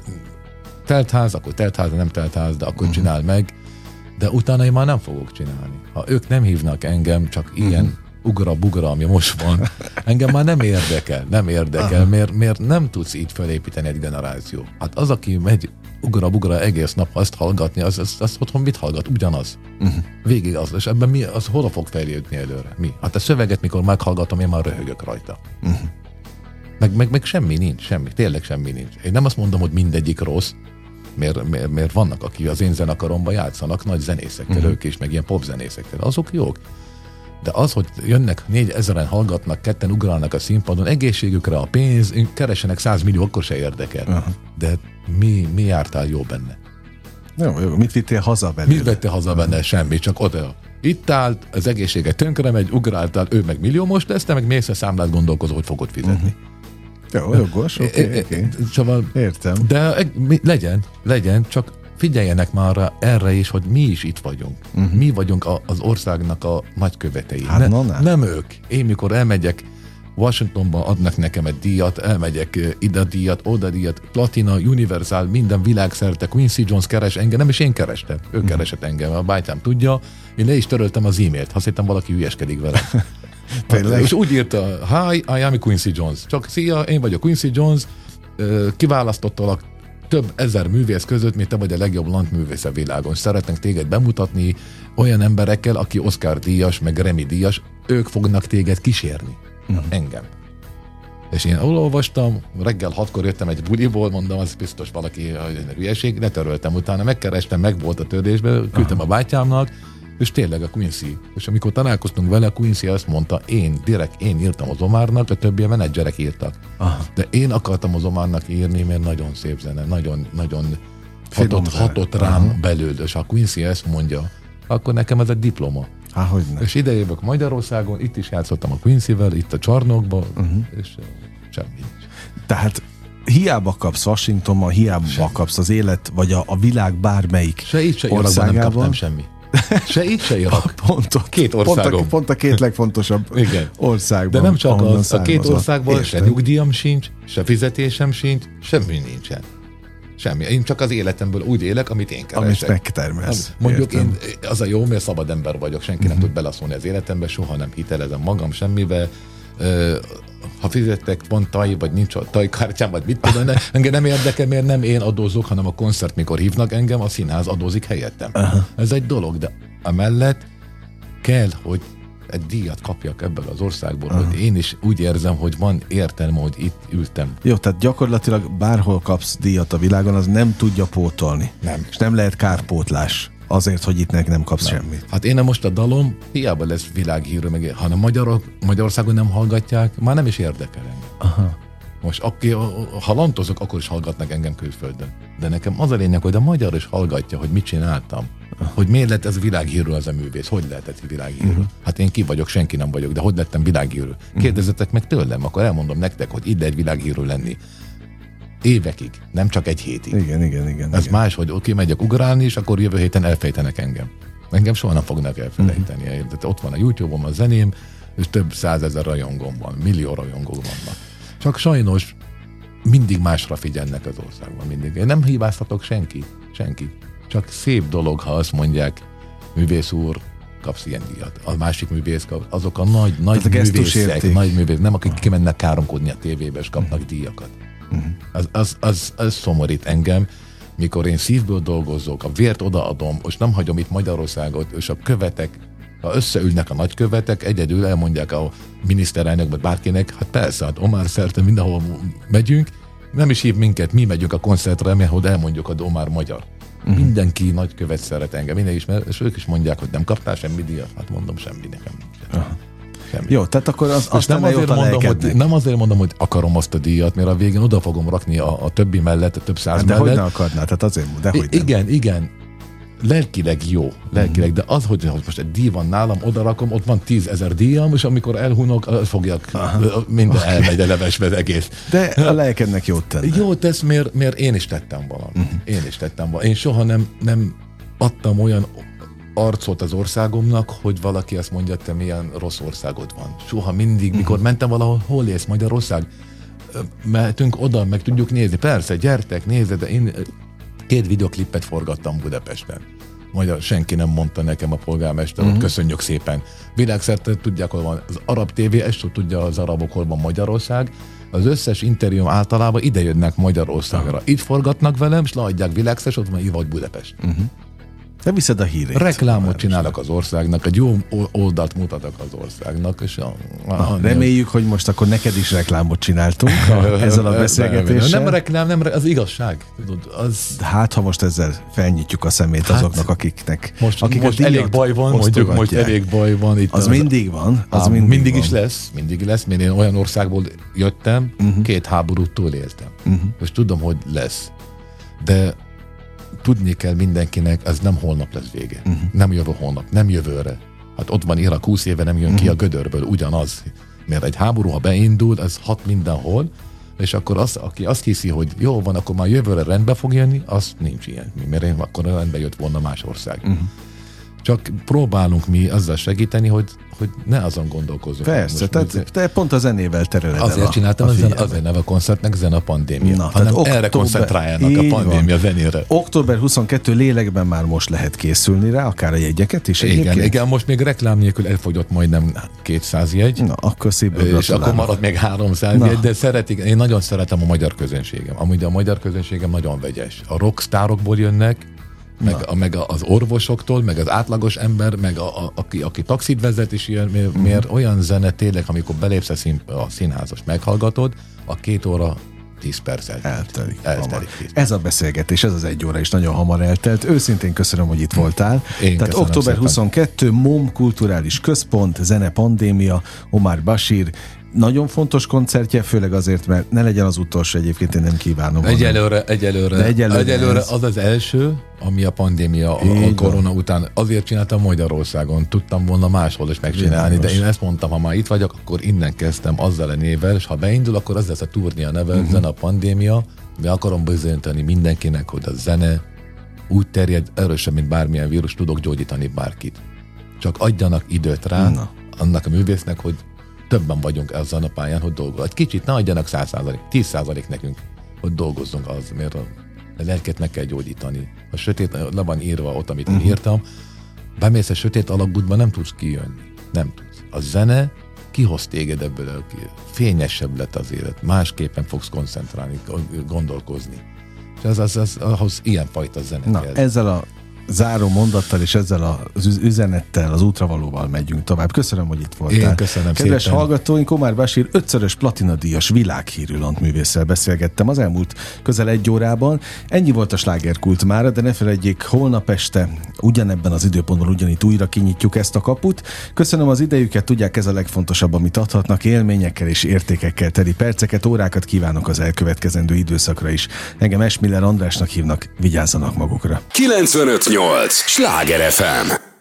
teltház, akkor teltház, nem teltház, de akkor uh-huh. csinál meg, de utána én már nem fogok csinálni. Ha ők nem hívnak engem, csak uh-huh. ilyen ugra-bugra, ami most van, engem már nem érdekel, nem érdekel, mert, mert nem tudsz így felépíteni egy generáció. Hát az, aki megy ugra-bugra egész nap azt hallgatni, az, az, az otthon mit hallgat? Ugyanaz. Uh-huh. Végig az. És ebben mi, az hol fog fejlődni előre? Mi? Hát a szöveget, mikor meghallgatom, én már röhögök rajta. Uh-huh. Meg, meg, meg semmi nincs, semmi. Tényleg semmi nincs. Én nem azt mondom, hogy mindegyik rossz, mert, mert, mert vannak, akik az én zenekaromban játszanak nagy zenészekkel, uh-huh. ők is, meg ilyen popzenészekkel. Azok jók. De az, hogy jönnek négyezeren hallgatnak, ketten ugrálnak a színpadon, egészségükre a pénz, keresenek százmillió, akkor se érdekel. Uh-huh. De mi, mi jártál jó benne? Jó, jó, mit vittél haza benne? Mit vettél haza benne? Uh-huh. Semmi, csak oda. Itt állt, az egészséget tönkre megy, ugráltál, ő meg milliómos lesz, te meg mész a számlát gondolkozol, hogy fogod fizetni. Uh-huh. Jó, jogos, oké, okay, okay. Szóval értem. De legyen, legyen, csak figyeljenek már erre is, hogy mi is itt vagyunk. Uh-huh. Mi vagyunk a, az országnak a nagykövetei. Hát, ne, no, nem. nem ők. Én mikor elmegyek Washingtonban adnak nekem egy díjat, elmegyek ide díjat, oda díjat, Platina, Universal, minden világszerte, Quincy Jones keres engem, nem is én kerestem, ő mm. keresett engem, a bátyám tudja, én le is töröltem az e-mailt, azt hittem valaki hülyeskedik vele. Tényleg? És úgy írta, hi, I am Quincy Jones, csak szia, én vagyok Quincy Jones, kiválasztottalak több ezer művész között, mint te vagy a legjobb lantművész a világon. Szeretnénk téged bemutatni olyan emberekkel, aki Oscar díjas, meg Grammy díjas, ők fognak téged kísérni. Uh-huh. Engem. És én olvastam, reggel hatkor jöttem egy buliból, mondom, az biztos valaki a hülyeség, letöröltem utána, megkerestem, meg volt a törlésben, küldtem a bátyámnak, és tényleg a Quincy. És amikor találkoztunk vele, a Quincy azt mondta, én, direkt én írtam az Omárnak, a többi a menedzserek írtak. Aha. De én akartam az Omárnak írni, mert nagyon szép zene, nagyon, nagyon hatott, hatott rám Aha. belül. És ha a Quincy ezt mondja, akkor nekem ez egy diploma. Há, hogyne. És ide jövök Magyarországon, itt is játszottam a Quincyvel, itt a csarnokban, uh-huh. és semmi nincs. Tehát hiába kapsz Washingtonban, hiába semmi. kapsz az élet, vagy a, a világ bármelyik se itt, se országában. Nem kaptam semmi. Se itt, se Irak. Pont, ott, két országon. Pont a, pont a két legfontosabb Igen. országban. De nem csak az, a két országban se nyugdíjam sincs, se fizetésem sincs, semmi nincsen. Semmi. Én csak az életemből úgy élek, amit én keresek. Amit megtermelsz. Mondjuk Értem. én, az a jó, mert szabad ember vagyok, senki uh-huh. nem tud beleszólni az életembe, soha nem hitelezem magam semmibe. Uh, ha fizettek, van taj, vagy nincs a tajkártyám, vagy mit tudom, engem nem érdekel, mert nem én adózok, hanem a koncert, mikor hívnak engem, a színház adózik helyettem. Uh-huh. Ez egy dolog, de amellett kell, hogy egy díjat kapjak ebből az országból, uh-huh. hogy én is úgy érzem, hogy van értelme, hogy itt ültem. Jó, tehát gyakorlatilag bárhol kapsz díjat a világon, az nem tudja pótolni. Nem. És nem lehet kárpótlás azért, hogy itt nem kapsz nem. semmit. Hát én most a dalom hiába lesz világhírű, meg, hanem Magyarok, Magyarországon nem hallgatják, már nem is érdekel engem. Aha. Most aki, ha lantozok, akkor is hallgatnak engem külföldön. De nekem az a lényeg, hogy a magyar is hallgatja, hogy mit csináltam. Aha. Hogy miért lett ez világhírű az a művész. Hogy lehetett világhírű? Uh-huh. Hát én ki vagyok, senki nem vagyok, de hogy lettem világhírű? Uh-huh. Kérdezzetek meg tőlem, akkor elmondom nektek, hogy így lehet világhírű lenni. Évekig, nem csak egy hétig. Igen, igen, igen. Ez igen. más, hogy oké, megyek ugrálni, és akkor jövő héten elfejtenek engem. Engem soha nem fognak elfelejteni. Uh-huh. Ott van a YouTube-om, a zeném, és több százezer rajongóm van, millió rajongó vannak. Csak sajnos mindig másra figyelnek az országban. Mindig. Én nem hibáztatok senki, senki. Csak szép dolog, ha azt mondják, művész úr, kapsz ilyen díjat. A másik művész kap, azok a nagy, nagy művészek, nagy művészek, nem akik kimennek káromkodni a tévébe, és kapnak uh-huh. díjakat. Uh-huh. Az, az, az, az szomorít engem, mikor én szívből dolgozok, a vért odaadom, és nem hagyom itt Magyarországot, és a követek, ha összeülnek a nagykövetek, egyedül elmondják a miniszterelnök, vagy bárkinek, hát persze, hát Omár szerte mindenhol megyünk, nem is hív minket, mi megyünk a koncertre, mert elmondjuk, hogy Omár magyar. Uh-huh. Mindenki nagykövet szeret engem, minden ismer, és ők is mondják, hogy nem kaptál semmi díjat. Hát mondom, semmi nekem nincsen. Uh-huh. Semmi. Jó, tehát akkor az, azt nem azért, mondom, hogy, nem azért mondom, hogy akarom azt a díjat, mert a végén oda fogom rakni a, a többi mellett, a több száz hát mellett. De hogy ne akarnál, tehát azért, de hogy I- Igen, igen. Lelkileg jó, lelkileg, de az, hogy most egy díj van nálam, oda rakom, ott van tízezer díjam, és amikor elhunok, fogjak, Aha. minden okay. elmegy a levesbe az egész. De a lelkednek jót tenne. Jót tesz, mert, mert én is tettem valamit. Uh-huh. Én is tettem valamit. Én soha nem, nem adtam olyan arcot az országomnak, hogy valaki azt mondja, te milyen rossz országod van. Soha mindig, uh-huh. mikor mentem valahol, hol élsz, Magyarország? Mehetünk oda, meg tudjuk nézni. Persze, gyertek, nézze, de én két videoklipet forgattam Budapesten. Magyar senki nem mondta nekem, a polgármester, uh-huh. köszönjük szépen. Világszerte tudják, hol van az arab tévé, ezt sem tudja az arabok, hol van Magyarország. Az összes interjúm általában ide jönnek Magyarországra. Uh-huh. Itt forgatnak velem, és leadják világszerte, ott van írva, hogy Budapest. Uh-huh. De viszed a hírét. Reklámot csinálok az országnak, egy jó oldalt mutatok az országnak. És a, a, Na, reméljük, hogy most akkor neked is reklámot csináltunk a, ezzel a beszélgetéssel. Nem reklám, nem, az igazság. Tudod, az... Hát, ha most ezzel felnyitjuk a szemét hát, azoknak, akiknek... Most, akik most elég baj van, mondjuk, most elég baj van. Itt az, az mindig van. Az á, mindig, mindig van. is lesz, mindig lesz, mert én olyan országból jöttem, uh-huh. két háborút túléltem. Uh-huh. És tudom, hogy lesz. De tudni kell mindenkinek, ez nem holnap lesz vége. Uh-huh. Nem jövő holnap, nem jövőre. Hát ott van Irak, húsz éve nem jön uh-huh. ki a gödörből, ugyanaz. Mert egy háború, ha beindul, ez hat mindenhol, és akkor az, aki azt hiszi, hogy jó van, akkor már jövőre rendbe fog jönni, az nincs ilyen. Mert én akkor rendbe jött volna más ország. Uh-huh. Csak próbálunk mi azzal segíteni, hogy, hogy ne azon gondolkozzunk. Persze, tehát mi... te pont a zenével tereled Azért el a, csináltam, a zen, azért neve a koncertnek zen a pandémia, Na, hanem október, erre koncentráljanak a pandémia zenére. október huszonkettő lélekben már most lehet készülni rá, akár a jegyeket is. Igen, egyébként? igen, most még reklám nélkül elfogyott majdnem kétszáz jegy. Na, akkor szépen és akkor maradt még háromszáz jegy, de szeretik, én nagyon szeretem a magyar közönségem. Amúgy a magyar közönségem nagyon vegyes. A rockstárokból jönnek, meg, a, meg az orvosoktól, meg az átlagos ember, meg a, a, aki, aki taxit vezet is ilyen, mert, uh-huh. mert olyan zene tényleg, amikor belépsz a, szín, a színházas, meghallgatod, a két óra tíz perc eltelik. Eltelik. eltelik ez a beszélgetés, ez az egy óra is nagyon hamar eltelt. Őszintén köszönöm, hogy itt voltál. Én Tehát október huszonkettő, MOM Kulturális Központ, Zene Pandémia, Omar Bashir. Nagyon fontos koncertje, főleg azért, mert ne legyen az utolsó, egyébként én nem kívánom. Egyelőre, egyelőre, egyelőre, egyelőre az az első, ami a pandémia, a, a korona után. Azért csináltam Magyarországon, tudtam volna máshol is megcsinálni, de én ezt mondtam, ha már itt vagyok, akkor innen kezdtem azzal a névvel, és ha beindul, akkor az lesz a turnia neve, uh-huh. Zene a Pandémia, de akarom bizonyítani mindenkinek, hogy a zene úgy terjed erősebb, mint bármilyen vírus, tudok gyógyítani bárkit. Csak adjanak időt rá, Na. annak a művésznek, hogy többen vagyunk ezen a pályán, hogy dolgozzunk. Egy kicsit ne adjanak száz százalék, tíz százalék nekünk, hogy dolgozzunk az, mert a lelket meg kell gyógyítani. A sötét, le van írva ott, amit uh-huh. én írtam, bemész a sötét alagútba, nem tudsz kijönni. Nem tudsz. A zene kihoz téged ebből, fényesebb lett az élet, másképpen fogsz koncentrálni, gondolkozni. És az, az, az, ahhoz ilyenfajta zene Na, kell. Ezzel a záró mondattal és ezzel az üzenettel, az útravalóval megyünk tovább. Köszönöm, hogy itt voltál. Én köszönöm Kedves szépen. hallgatóink, Omar Bashir ötszörös platinadíjas világhírű landművésszel beszélgettem az elmúlt közel egy órában. Ennyi volt a Slágerkult mára, de ne felejtjék, holnap este ugyanebben az időpontban ugyanitt újra kinyitjuk ezt a kaput. Köszönöm az idejüket, tudják, ez a legfontosabb, amit adhatnak, élményekkel és értékekkel teli perceket, órákat kívánok az elkövetkezendő időszakra is. Engem Esmiller Andrásnak hívnak, vigyázzanak magukra. kilencvenöt nyolc Sláger ef em